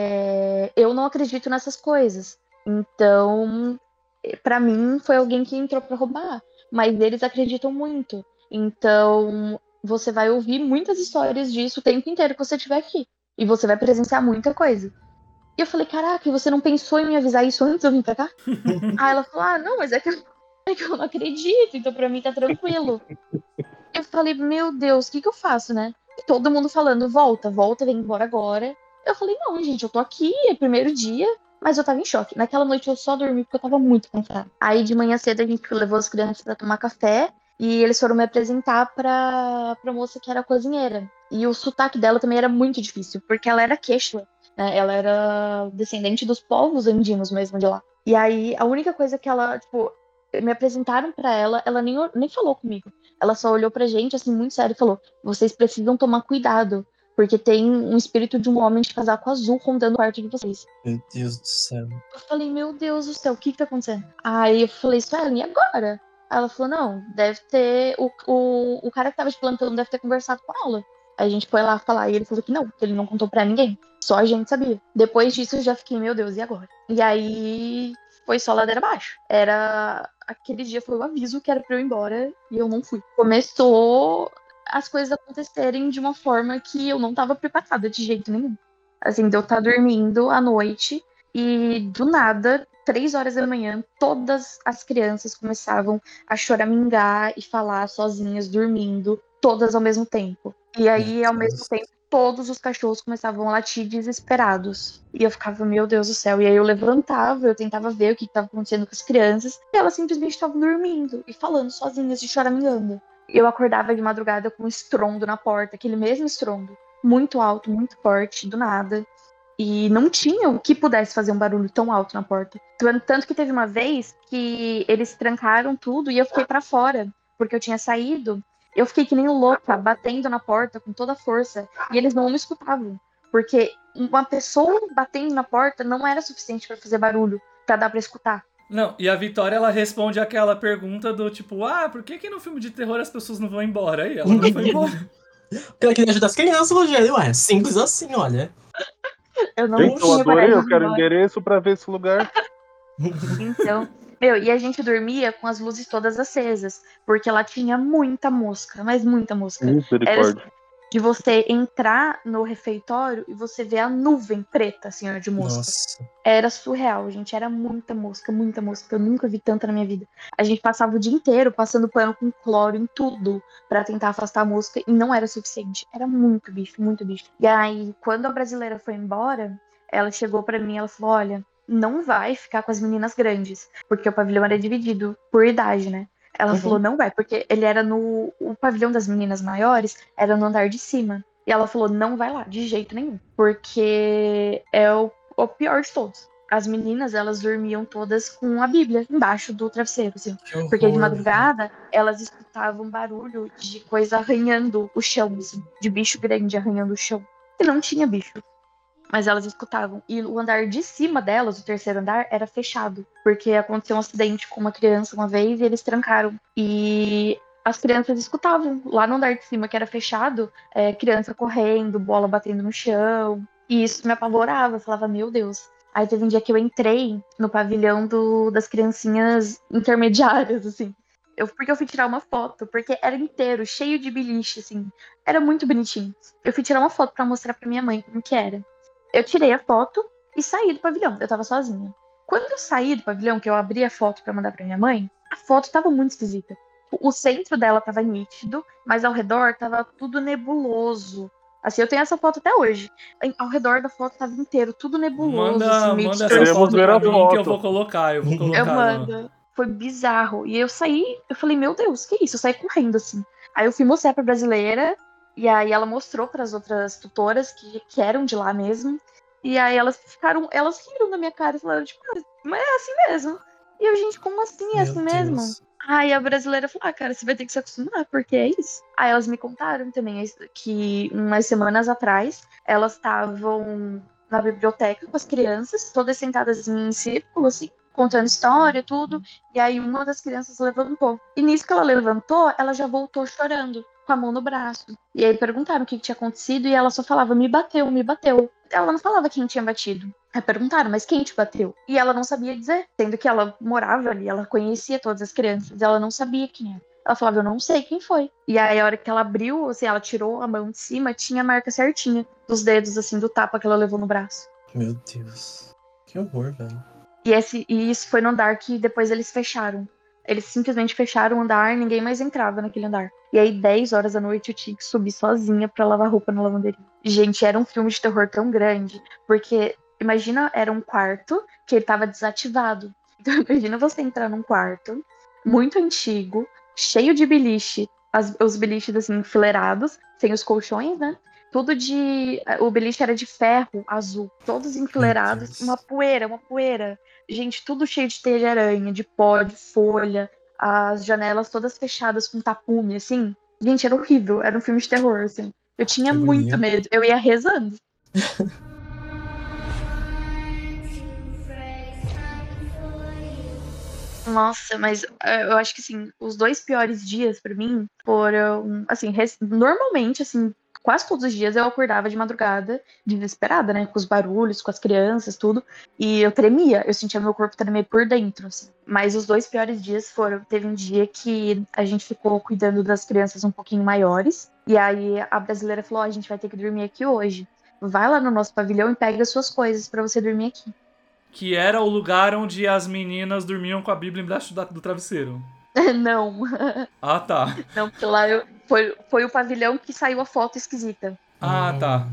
eu não acredito nessas coisas. Então, pra mim, foi alguém que entrou pra roubar. Mas eles acreditam muito. Então, você vai ouvir muitas histórias disso o tempo inteiro que você estiver aqui. E você vai presenciar muita coisa. E eu falei, caraca, e você não pensou em me avisar isso antes de eu vir pra cá? Aí ela falou, não, mas é que eu não acredito, então pra mim tá tranquilo. Eu falei, meu Deus, o que eu faço, né? E todo mundo falando, volta, vem embora agora. Eu falei, não, gente, eu tô aqui, é primeiro dia, mas eu tava em choque. Naquela noite eu só dormi porque eu tava muito cansada. Aí de manhã cedo a gente levou as crianças pra tomar café e eles foram me apresentar pra moça que era cozinheira. E o sotaque dela também era muito difícil, porque ela era quechua, né? Ela era descendente dos povos andinos mesmo de lá. E aí a única coisa que ela, tipo, me apresentaram pra ela, ela nem falou comigo. Ela só olhou pra gente, assim, muito sério e falou: vocês precisam tomar cuidado, porque tem um espírito de um homem de casaco azul rondando o quarto de vocês. Meu Deus do céu. Eu falei, meu Deus do céu, o que tá acontecendo? Aí eu falei, Suelen, e agora? Aí ela falou, não, deve ter. O cara que tava de plantão deve ter conversado com ela. Aí a gente foi lá falar e ele falou que não, que ele não contou pra ninguém. Só a gente sabia. Depois disso eu já fiquei, meu Deus, e agora? E aí foi só ladeira abaixo. Aquele dia foi o aviso que era pra eu ir embora e eu não fui. Começou as coisas acontecerem de uma forma que eu não tava preparada de jeito nenhum. Assim, de eu estar dormindo à noite e do nada, 3 horas da manhã, todas as crianças começavam a choramingar e falar sozinhas, dormindo, todas ao mesmo tempo. E aí, ao mesmo tempo, todos os cachorros começavam a latir desesperados. E eu ficava, meu Deus do céu. E aí eu levantava, eu tentava ver o que estava acontecendo com as crianças. E elas simplesmente estavam dormindo e falando sozinhas e choramingando. E eu acordava de madrugada com um estrondo na porta, aquele mesmo estrondo. Muito alto, muito forte, do nada. E não tinha o que pudesse fazer um barulho tão alto na porta. Tanto que teve uma vez que eles trancaram tudo e eu fiquei pra fora, porque eu tinha saído. Eu fiquei que nem louca, batendo na porta com toda a força. E eles não me escutavam. Porque uma pessoa batendo na porta não era suficiente pra fazer barulho, pra dar pra escutar. Não, e a Vitória, ela responde aquela pergunta do tipo, por que no filme de terror as pessoas não vão embora? Aí ela não foi embora. Porque ela queria ajudar as crianças, Rogério. Ué, simples assim, olha. Eu não Gente, eu tinha adorei, coragem eu de ir quero embora. endereço pra ver esse lugar. Então, e a gente dormia com as luzes todas acesas, porque lá tinha muita mosca, mas muita mosca. Era Misericórdia. de você entrar no refeitório e você ver a nuvem preta, assim, ó, de mosca. Nossa. Era surreal, gente, era muita mosca, muita mosca. Eu nunca vi tanta na minha vida. A gente passava o dia inteiro passando pano com cloro em tudo pra tentar afastar a mosca e não era suficiente. Era muito bicho, muito bicho. E aí, quando a brasileira foi embora, ela chegou pra mim e ela falou, olha, não vai ficar com as meninas grandes, porque o pavilhão era dividido por idade, né? Ela falou, não vai, porque ele era o pavilhão das meninas maiores era no andar de cima. E ela falou, não vai lá, de jeito nenhum, porque é o pior de todos. As meninas, elas dormiam todas com a Bíblia embaixo do travesseiro, assim. Porque de madrugada, elas escutavam barulho de coisa arranhando o chão, assim, de bicho grande arranhando o chão. E não tinha bicho. Mas elas escutavam. E o andar de cima delas, o terceiro andar, era fechado. Porque aconteceu um acidente com uma criança uma vez e eles trancaram. E as crianças escutavam. Lá no andar de cima, que era fechado, criança correndo, bola batendo no chão. E isso me apavorava. Eu falava, meu Deus. Aí teve um dia que eu entrei no pavilhão das criancinhas intermediárias, assim. Porque eu fui tirar uma foto, porque era inteiro, cheio de beliche, assim. Era muito bonitinho. Eu fui tirar uma foto pra mostrar pra minha mãe como que era. Eu tirei a foto e saí do pavilhão. Eu tava sozinha. Quando eu saí do pavilhão, que eu abri a foto pra mandar pra minha mãe, a foto tava muito esquisita. O centro dela tava nítido, mas ao redor tava tudo nebuloso. Assim, eu tenho essa foto até hoje. Ao redor da foto tava inteiro, tudo nebuloso. Manda, meio manda essa Queremos foto ver pra a mim foto. que eu vou colocar. Eu vou Eu colocar. mando. Foi bizarro. E eu saí, eu falei, meu Deus, que isso? Eu saí correndo, assim. Aí eu fui mostrar pra brasileira, e aí ela mostrou pras outras tutoras que eram de lá mesmo. E aí elas riram da minha cara e falaram, tipo, mas é assim mesmo. E eu, gente, como assim é Meu assim mesmo? Deus. Aí a brasileira falou, cara, você vai ter que se acostumar, porque é isso. Aí elas me contaram também que umas semanas atrás, elas estavam na biblioteca com as crianças, todas sentadas em círculo, assim, contando história, tudo. E aí uma das crianças levantou. E nisso que ela levantou, ela já voltou chorando, com a mão no braço. E aí perguntaram o que tinha acontecido e ela só falava, me bateu, me bateu. Ela não falava quem tinha batido. Aí perguntaram, mas quem te bateu? E ela não sabia dizer, sendo que ela morava ali, ela conhecia todas as crianças, ela não sabia quem era. Ela falava, eu não sei quem foi. E aí, a hora que ela abriu, assim, ela tirou a mão de cima, tinha a marca certinha dos dedos, assim, do tapa que ela levou no braço. Meu Deus. Que horror, velho. E isso foi no andar que depois eles fecharam. Eles simplesmente fecharam o andar, ninguém mais entrava naquele andar. E aí, 10 horas da noite, eu tinha que subir sozinha pra lavar roupa na lavanderia. Gente, era um filme de terror tão grande, porque, imagina, era um quarto que ele tava desativado. Então, imagina você entrar num quarto muito antigo, cheio de beliche, os beliches, assim, enfileirados, sem os colchões, né? Tudo de. O beliche era de ferro azul, todos enfileirados, Deus. uma poeira, uma poeira. Gente, tudo cheio de teia de aranha, de pó, de folha, as janelas todas fechadas com tapume, assim. Gente, era horrível, era um filme de terror, assim. Eu tinha Que muito agonia. medo, eu ia rezando. Nossa, mas eu acho que, assim, os 2 piores dias pra mim foram, assim, normalmente, assim, quase todos os dias eu acordava de madrugada, desesperada, né, com os barulhos, com as crianças, tudo, e eu tremia, eu sentia meu corpo tremer por dentro, assim. Mas os 2 piores dias teve um dia que a gente ficou cuidando das crianças um pouquinho maiores, e aí a brasileira falou, ó, a gente vai ter que dormir aqui hoje. Vai lá no nosso pavilhão e pega as suas coisas pra você dormir aqui. Que era o lugar onde as meninas dormiam com a Bíblia embaixo do travesseiro. Não. Ah, tá. Não, porque lá foi o pavilhão que saiu a foto esquisita. Ah, tá.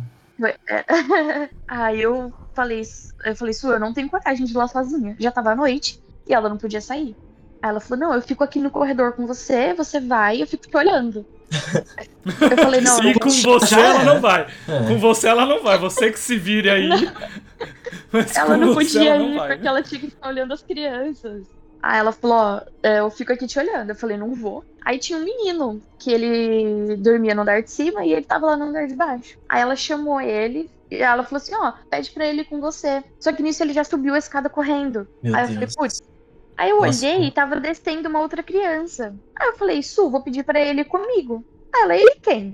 Aí eu falei, Su, eu não tenho coragem de ir lá sozinha. Já tava à noite e ela não podia sair. Aí ela falou, não, eu fico aqui no corredor com você, você vai, eu fico te olhando. Eu falei, não, eu não E com vou. você Já ela era. não vai. É. Com você ela não vai. Você que se vire aí. Mas Ela com não você podia ela não ir vai, porque né? ela tinha que ficar olhando as crianças. Aí ela falou, ó, eu fico aqui te olhando. Eu falei, não vou. Aí tinha um menino que ele dormia no andar de cima e ele tava lá no andar de baixo. Aí ela chamou ele e ela falou assim, ó, pede pra ele ir com você. Só que nisso ele já subiu a escada correndo. Meu Aí eu falei, Deus. putz. Aí eu Nossa. olhei e tava descendo uma outra criança. Aí eu falei, Su, vou pedir pra ele ir comigo. Aí ela, ele quem?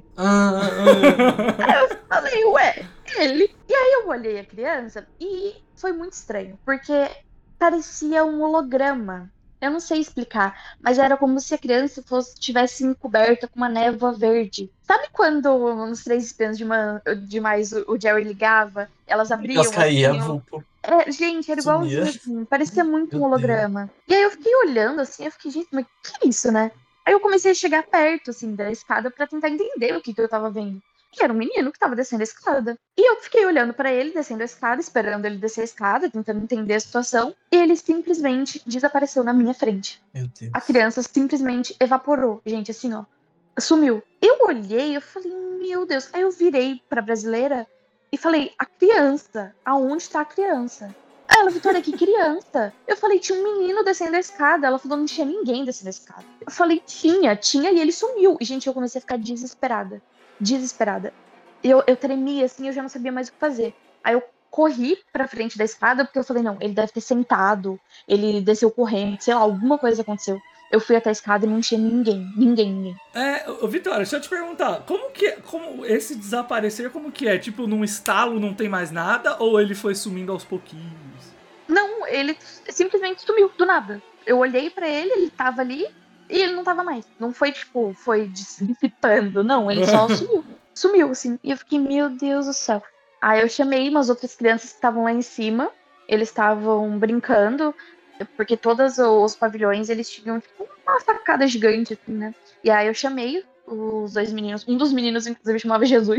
Aí eu falei, ué, ele. E aí eu olhei a criança e foi muito estranho, porque parecia um holograma. Eu não sei explicar, mas era como se a criança tivesse encoberta com uma névoa verde. Sabe quando nos Três Espiãs Demais o Jerry ligava, elas Elas abriam caíam, assim, vulpo. gente, era Sumia. igualzinho assim, parecia muito Meu um Deus. holograma. E aí eu fiquei olhando assim, eu fiquei, gente, mas que é isso, né? Aí eu comecei a chegar perto, assim, da escada pra tentar entender o que eu tava vendo. E era um menino que tava descendo a escada. E eu fiquei olhando pra ele, descendo a escada, esperando ele descer a escada, tentando entender a situação. E ele simplesmente desapareceu na minha frente. Meu Deus. A criança simplesmente evaporou, gente, assim, ó. Sumiu. Eu olhei, eu falei, meu Deus. Aí eu virei pra brasileira e falei, a criança, aonde tá a criança? Aí ela, Vitória, que criança? Eu falei, tinha um menino descendo a escada. Ela falou, não tinha ninguém descendo a escada. Eu falei, tinha, e ele sumiu. E, gente, eu comecei a ficar desesperada. Desesperada. Eu tremia, assim, eu já não sabia mais o que fazer. Aí eu corri pra frente da escada, porque eu falei, não, ele deve ter sentado, ele desceu correndo, sei lá, alguma coisa aconteceu. Eu fui até a escada e não tinha ninguém. Ô Vitória, deixa eu te perguntar, como esse desaparecer, como que é? Tipo, num estalo não tem mais nada, ou ele foi sumindo aos pouquinhos? Não, ele simplesmente sumiu, do nada. Eu olhei pra ele tava ali, e ele não tava mais. Não foi, tipo, foi dissipando, não, ele só sumiu. Sumiu, assim, e eu fiquei, meu Deus do céu. Aí eu chamei umas outras crianças que estavam lá em cima, eles estavam brincando, porque todos os pavilhões, eles tinham, tipo, uma sacada gigante, assim, né? E aí eu chamei os 2 meninos, um dos meninos, inclusive, chamava Jesus.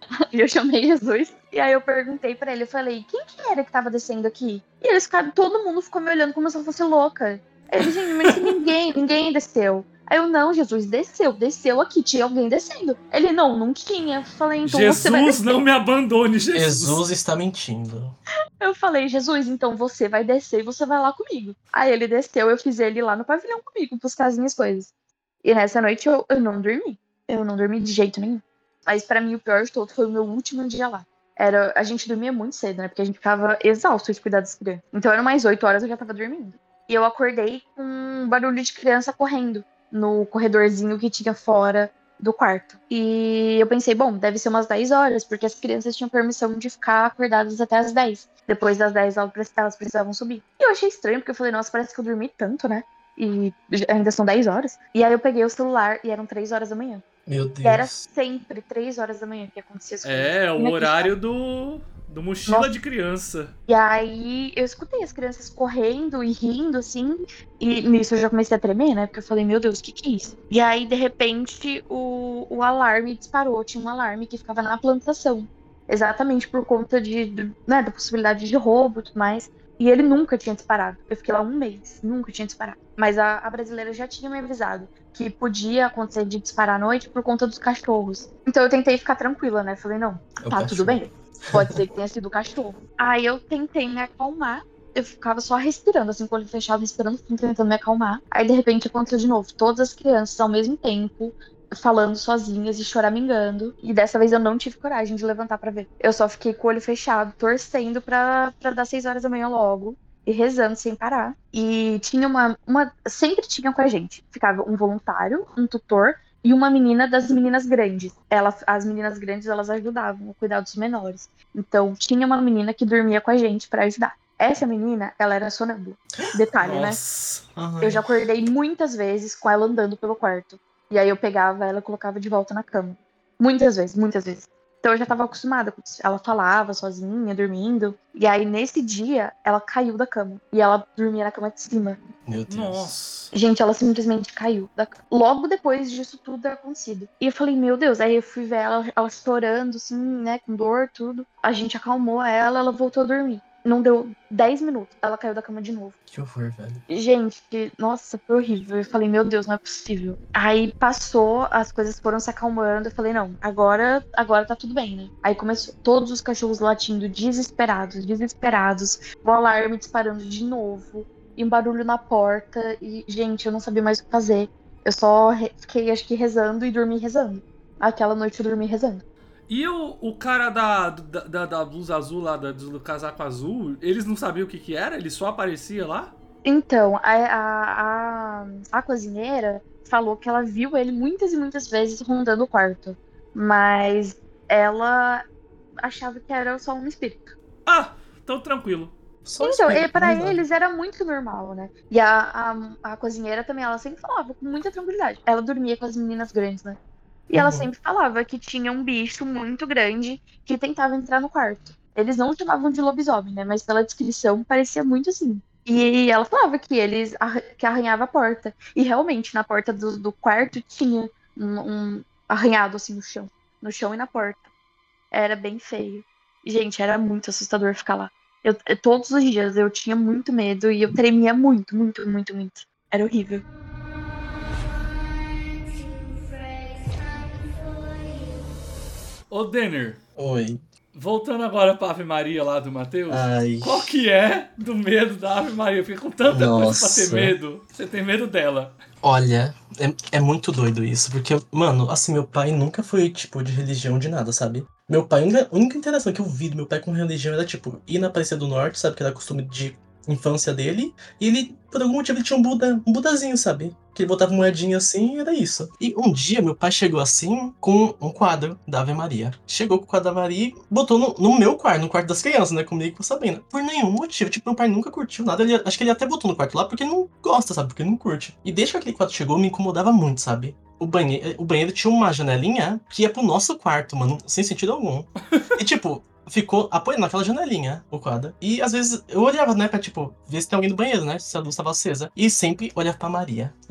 E eu chamei Jesus. E aí eu perguntei pra ele, eu falei, quem que era que tava descendo aqui? E eles ficaram, todo mundo ficou me olhando como se eu fosse louca. Ele, gente, mas ninguém desceu. Aí eu, não, Jesus, desceu aqui, tinha alguém descendo. Ele, não tinha. Eu falei, então você vai Jesus, descer. não me abandone, Jesus. Jesus está mentindo. Eu falei, Jesus, então você vai descer e você vai lá comigo. Aí ele desceu, eu fiz ele ir lá no pavilhão comigo, buscar as minhas coisas. E nessa noite eu não dormi. Eu não dormi de jeito nenhum. Mas pra mim o pior de todo foi o meu último dia lá. A gente dormia muito cedo, né? Porque a gente ficava exausto de cuidar das crianças. Então eram mais 8 horas eu já tava dormindo. E eu acordei com um barulho de criança correndo no corredorzinho que tinha fora do quarto. E eu pensei, bom, deve ser umas 10 horas, porque as crianças tinham permissão de ficar acordadas até as 10. Depois das 10 elas precisavam subir. E eu achei estranho, porque eu falei, nossa, parece que eu dormi tanto, né? E ainda são 10 horas. E aí eu peguei o celular e eram 3 horas da manhã. Meu Deus. E era sempre 3 horas da manhã que acontecia as coisas. É, o horário do mochila Nossa. de criança. E aí eu escutei as crianças correndo e rindo, assim. E nisso eu já comecei a tremer, né? Porque eu falei, meu Deus, o que é isso? E aí, de repente, o alarme disparou. Tinha um alarme que ficava na plantação. Exatamente por conta da possibilidade de roubo e tudo mais. E ele nunca tinha disparado. Eu fiquei lá um mês, nunca tinha disparado. Mas a brasileira já tinha me avisado que podia acontecer de disparar à noite por conta dos cachorros. Então eu tentei ficar tranquila, né? Falei, não, tá tudo bem. Pode ser que tenha sido o cachorro. Aí eu tentei me acalmar. Eu ficava só respirando, assim, com o olho fechado, respirando, tentando me acalmar. Aí, de repente, aconteceu de novo. Todas as crianças, ao mesmo tempo, falando sozinhas e choramingando. E dessa vez eu não tive coragem de levantar pra ver. Eu só fiquei com o olho fechado, torcendo pra dar 6 horas da manhã logo. E rezando sem parar. E tinha sempre tinha com a gente. Ficava um voluntário, um tutor e uma menina das meninas grandes. As meninas grandes, elas ajudavam a cuidar dos menores. Então, tinha uma menina que dormia com a gente pra ajudar. Essa menina, ela era sonâmbula. Detalhe, Nossa. né? Eu já acordei muitas vezes com ela andando pelo quarto. E aí eu pegava ela e colocava de volta na cama. Muitas vezes, muitas vezes. Então eu já tava acostumada com isso. Ela falava sozinha, dormindo. E aí, nesse dia, ela caiu da cama. E ela dormia na cama de cima. Meu Deus. Nossa. Gente, ela simplesmente caiu da cama. Logo depois disso tudo ter acontecido. E eu falei, meu Deus. Aí eu fui ver ela chorando, assim, né, com dor, tudo. A gente acalmou ela voltou a dormir. Não deu 10 minutos, ela caiu da cama de novo. Que horror, velho. Gente, nossa, foi horrível. Eu falei, meu Deus, não é possível. Aí passou, as coisas foram se acalmando. Eu falei, não, agora tá tudo bem, né? Aí começou todos os cachorros latindo, desesperados. O alarme disparando de novo. E um barulho na porta. E, gente, eu não sabia mais o que fazer. Eu só fiquei, acho que, rezando e dormi rezando. Aquela noite eu dormi rezando. E o cara da blusa azul lá, do casaco azul, eles não sabiam o que era? Ele só aparecia lá? Então, a cozinheira falou que ela viu ele muitas e muitas vezes rondando o quarto. Mas ela achava que era só um espírito. Ah, então tranquilo. Só Então, espírito, pra não é nada. eles era muito normal, né? E a cozinheira também, ela sempre falava com muita tranquilidade. Ela dormia com as meninas grandes, né? E ela sempre falava que tinha um bicho muito grande que tentava entrar no quarto. Eles não chamavam de lobisomem, né? Mas pela descrição parecia muito assim. E ela falava que que arranhava a porta. E realmente, na porta do quarto tinha um arranhado assim no chão. No chão e na porta. Era bem feio. Gente, era muito assustador ficar lá. Todos os dias eu tinha muito medo e eu tremia muito, muito, muito, muito. Era horrível. Ô, Denner, Oi. voltando agora pra Ave Maria lá do Matheus, Ai. qual que é do medo da Ave Maria? Eu fico com tanta coisa pra ter Nossa. medo. Você tem medo dela. Olha, é muito doido isso, porque, mano, assim, meu pai nunca foi, tipo, de religião de nada, sabe? Meu pai, a única interação que eu vi do meu pai com religião era, tipo, ir na Aparecida do Norte, sabe? Que era costume de infância dele, e ele, por algum motivo, ele tinha um budazinho, sabe? Que ele botava moedinha assim e era isso. E um dia meu pai chegou assim com um quadro da Ave Maria. Chegou com o quadro da Ave Maria e botou no meu quarto, no quarto das crianças, né? Comigo e com a Sabrina. Por nenhum motivo. Tipo, meu pai nunca curtiu nada. Acho que ele até botou no quarto lá porque ele não gosta, sabe? Porque ele não curte. E desde que aquele quadro chegou, me incomodava muito, sabe? O banheiro tinha uma janelinha que ia pro nosso quarto, mano. Sem sentido algum. E tipo, ficou apoiando naquela janelinha, o quadro. E às vezes eu olhava, né, pra tipo, ver se tem alguém no banheiro, né? Se a luz tava acesa. E sempre olhava pra Maria.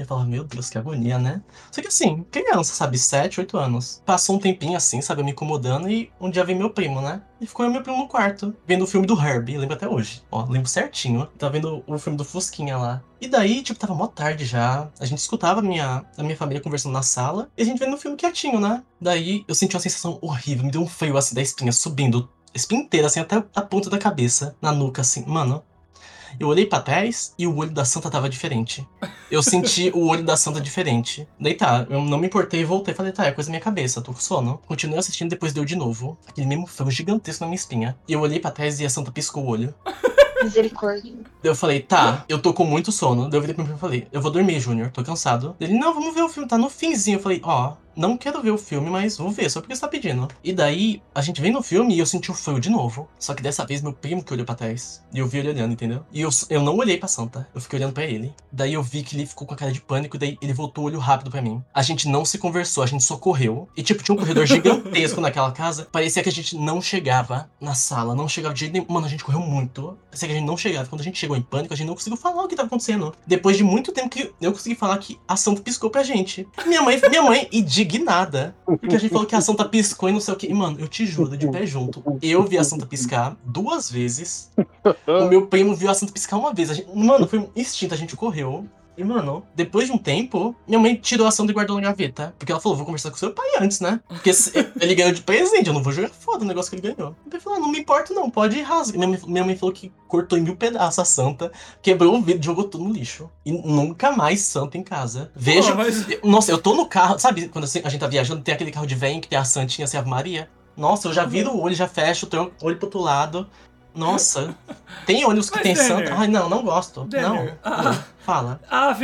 E eu falava, meu Deus, que agonia, né? Só que assim, criança, sabe? 7, 8 anos. Passou um tempinho assim, sabe? Eu me incomodando e um dia veio meu primo, né? E ficou eu e meu primo no quarto, vendo o filme do Herbie, lembro até hoje. Ó, lembro certinho. Tava vendo o filme do Fusquinha lá. E daí, tipo, tava mó tarde já. A gente escutava a minha família conversando na sala. E a gente vendo o filme quietinho, né? Daí, eu senti uma sensação horrível. Me deu um frio, assim, da espinha subindo. A espinha inteira, assim, até a ponta da cabeça. Na nuca, assim. Mano, eu olhei pra trás e o olho da Santa tava diferente. Eu senti o olho da Santa diferente. Daí tá, eu não me importei e voltei. Falei, tá, é coisa da minha cabeça, tô com sono. Continuei assistindo, depois deu de novo. Aquele mesmo frio gigantesco na minha espinha. E eu olhei pra trás e a Santa piscou o olho. Misericórdia. Daí eu falei, tá, eu tô com muito sono. Daí eu virei pro meu primo e falei, eu vou dormir, Júnior, tô cansado. Ele, não, vamos ver o filme, tá no finzinho. Eu falei, ó, não quero ver o filme, mas vou ver, só porque você tá pedindo. E daí, a gente veio no filme e eu senti o frio de novo. Só que dessa vez, meu primo que olhou pra trás. E eu vi ele olhando, entendeu? E eu não olhei pra Santa, eu fiquei olhando pra ele. Daí eu vi que ele ficou com a cara de pânico, daí ele voltou o olho rápido pra mim. A gente não se conversou, a gente só correu. E tipo, tinha um corredor gigantesco naquela casa. Parecia que a gente não chegava na sala, não chegava de jeito nenhum. Mano, a gente correu muito. Parecia que a gente não chegava. Quando a gente chegou em pânico, a gente não conseguiu falar o que tava acontecendo. Depois de muito tempo que eu consegui falar que a Santa piscou pra gente. Minha mãe indignada. Porque a gente falou que a Santa piscou e não sei o que. E, mano, eu te juro, de pé junto. Eu vi a Santa piscar 2 vezes. O meu primo viu a Santa piscar 1 vez. Mano, foi um instinto, a gente correu. E, mano, depois de um tempo, minha mãe tirou a Santa e guardou na gaveta. Porque ela falou, vou conversar com seu pai antes, né? Porque ele ganhou de presente, eu não vou jogar fora o negócio que ele ganhou. Ele falou, não me importa não, pode rasgar. Minha mãe falou que cortou em 1000 pedaços a Santa, quebrou o vidro, jogou tudo no lixo. E nunca mais Santa em casa. Vejo... Nossa, eu tô no carro, sabe quando a gente tá viajando, tem aquele carro de velho que tem a Santinha, assim, a Ave Maria? Nossa, eu já viro o olho, já fecho, tenho o olho pro outro lado. Nossa, tem ônibus que tem Denner, Santa? Ai, não gosto. Denner, Não, fala. Ave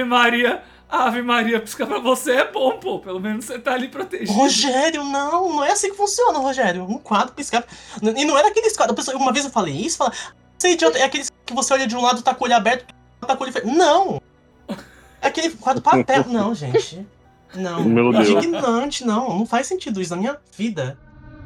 Maria, piscar pra você é bom, pô. Pelo menos você tá ali protegido. Rogério, não é assim que funciona, Rogério. Um quadro piscar. E não era aqueles quadros. Uma vez eu falei isso, você é idiota, é aqueles que você olha de um lado, tá com o olho aberto, tá com o olho fechado. Não! É aquele quadro papel. Não, gente. Não. Meu Deus. Indignante, não faz sentido isso na minha vida.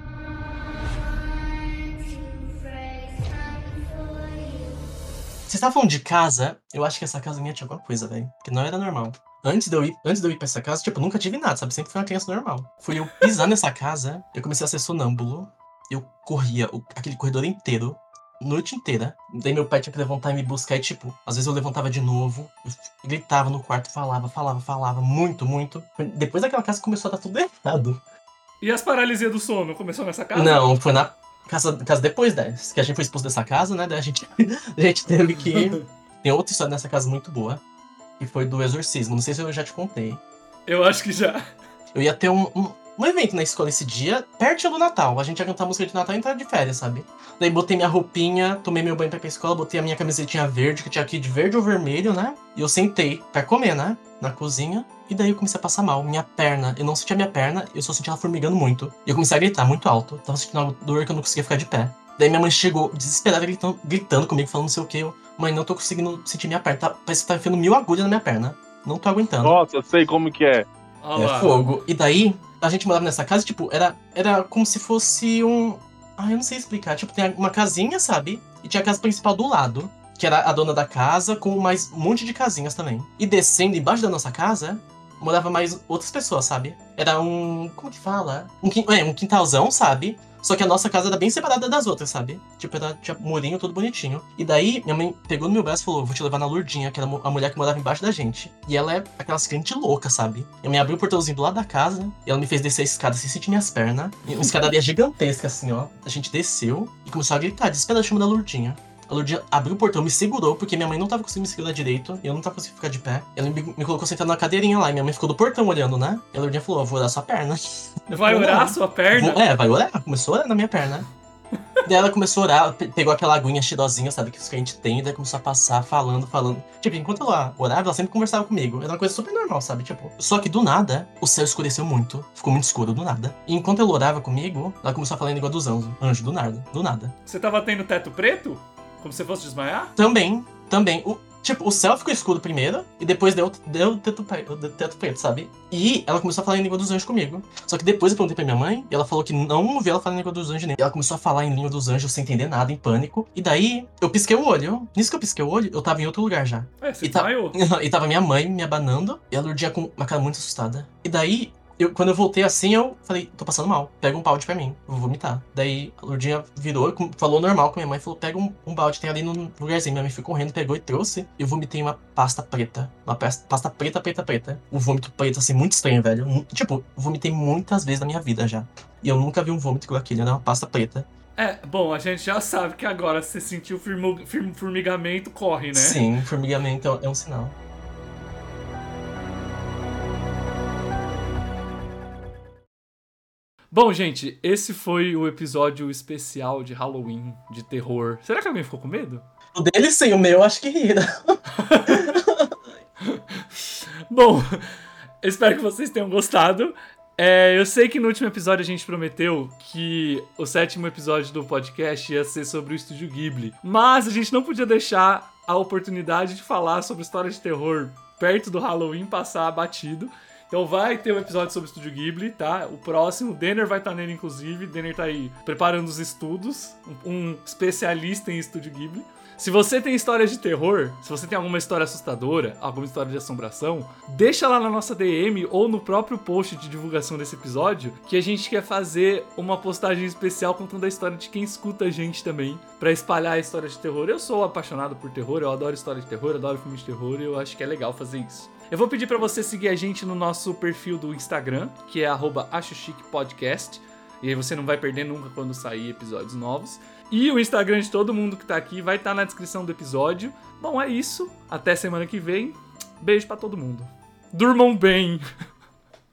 Você tava falando de casa, eu acho que essa casa minha tinha alguma coisa, velho. Porque não era normal. Antes de eu ir pra essa casa, tipo, eu nunca tive nada, sabe? Sempre fui uma criança normal. Fui eu pisar nessa casa, eu comecei a ser sonâmbulo. Eu corria aquele corredor inteiro, noite inteira. Daí meu pai tinha que levantar e me buscar e, tipo, às vezes eu levantava de novo, eu gritava no quarto, falava, muito. Depois daquela casa começou a dar tudo errado. E as paralisias do sono? Começou nessa casa? Não, foi na casa depois dessa, que a gente foi expulso dessa casa, né? Daí a gente teve que... Tem outra história nessa casa muito boa, que foi do exorcismo. Não sei se eu já te contei. Eu acho que já. Eu ia ter um evento na escola esse dia, perto do Natal. A gente ia cantar música de Natal e entrar de férias, sabe? Daí botei minha roupinha, tomei meu banho pra ir pra escola, botei a minha camisetinha verde, que tinha aqui de verde ou vermelho, né? E eu sentei pra comer, né? Na cozinha. E daí eu comecei a passar mal. Minha perna, eu não sentia minha perna, eu só sentia ela formigando muito. E eu comecei a gritar muito alto. Tava sentindo uma dor que eu não conseguia ficar de pé. Daí minha mãe chegou desesperada, gritando comigo, falando não sei o que. Mãe, não tô conseguindo sentir minha perna. Parece que tá enfiando 1000 agulhas na minha perna. Não tô aguentando. Nossa, sei como que é. É fogo. E daí, a gente morava nessa casa, tipo, era como se fosse um... eu não sei explicar. Tipo, tem uma casinha, sabe? E tinha a casa principal do lado, que era a dona da casa, com mais um monte de casinhas também. E descendo embaixo da nossa casa, morava mais outras pessoas, sabe? Era um... Como que fala? Um quintalzão, sabe? Só que a nossa casa era bem separada das outras, sabe? Tipo, tinha murinho todo bonitinho. E daí, minha mãe pegou no meu braço e falou, vou te levar na Lourdinha, que era a mulher que morava embaixo da gente. E ela é aquelas crente louca, sabe? Minha mãe abriu o portãozinho do lado da casa, e ela me fez descer a escada sem sentir minhas pernas. E uma escadaria gigantesca, assim, ó. A gente desceu e começou a gritar, desesperada, chama da Lourdinha. A Lourdinha abriu o portão, me segurou, porque minha mãe não tava conseguindo me segurar direito, e eu não tava conseguindo ficar de pé. Ela me colocou sentado na cadeirinha lá, e minha mãe ficou do portão olhando, né? E a Lourdinha falou, vou orar sua perna. Vai orar a sua perna? Vai orar. Começou a orar na minha perna. Daí ela começou a orar, pegou aquela aguinha cheirosinha, sabe, que a gente tem, e daí começou a passar, falando. Tipo, enquanto ela orava, ela sempre conversava comigo. Era uma coisa super normal, sabe, tipo. Só que do nada, o céu escureceu muito. Ficou muito escuro, do nada. E enquanto ela orava comigo, ela começou a falar em língua dos anjos, do nada. Você tava tendo teto preto? Como se fosse desmaiar? Também. Tipo, o céu ficou escuro primeiro, e depois deu o teto preto, sabe? E ela começou a falar em língua dos anjos comigo. Só que depois eu perguntei pra minha mãe, e ela falou que não ouviu ela falar em língua dos anjos nem. E ela começou a falar em língua dos anjos sem entender nada, em pânico. E daí, eu pisquei o olho. Nisso que eu pisquei o olho, eu tava em outro lugar já. Você desmaiou. E tava minha mãe me abanando, e a Lourdinha com uma cara muito assustada. E daí, quando eu voltei assim, eu falei, tô passando mal, pega um balde pra mim, eu vou vomitar. Daí a Lourdinha virou, falou normal com minha mãe, falou, pega um balde, tem ali no lugarzinho. Minha mãe foi correndo, pegou e trouxe, e eu vomitei uma pasta preta. Uma pasta preta. Um vômito preto, assim, muito estranho, velho. Tipo, vomitei muitas vezes na minha vida já. E eu nunca vi um vômito igual aquele, era uma pasta preta. Bom, a gente já sabe que agora se sentiu formigamento, corre, né? Sim, formigamento é um sinal. Bom, gente, esse foi o episódio especial de Halloween, de terror. Será que alguém ficou com medo? O dele sim, o meu acho que rira. Bom, espero que vocês tenham gostado. Eu sei que no último episódio a gente prometeu que o 7º episódio do podcast ia ser sobre o Estúdio Ghibli, mas a gente não podia deixar a oportunidade de falar sobre história de terror perto do Halloween passar batido. Então vai ter um episódio sobre o Estúdio Ghibli, tá? O próximo, o Denner vai estar nele, inclusive. O Denner tá aí preparando os estudos, um especialista em Estúdio Ghibli. Se você tem histórias de terror, se você tem alguma história assustadora, alguma história de assombração, deixa lá na nossa DM ou no próprio post de divulgação desse episódio, que a gente quer fazer uma postagem especial contando a história de quem escuta a gente também, pra espalhar a história de terror. Eu sou apaixonado por terror, eu adoro história de terror, eu adoro filmes de terror e eu acho que é legal fazer isso. Eu vou pedir pra você seguir a gente no nosso perfil do Instagram, que é @achochiquepodcast, e aí você não vai perder nunca quando sair episódios novos. E o Instagram de todo mundo que tá aqui vai estar na descrição do episódio. Bom, é isso. Até semana que vem. Beijo pra todo mundo. Durmam bem!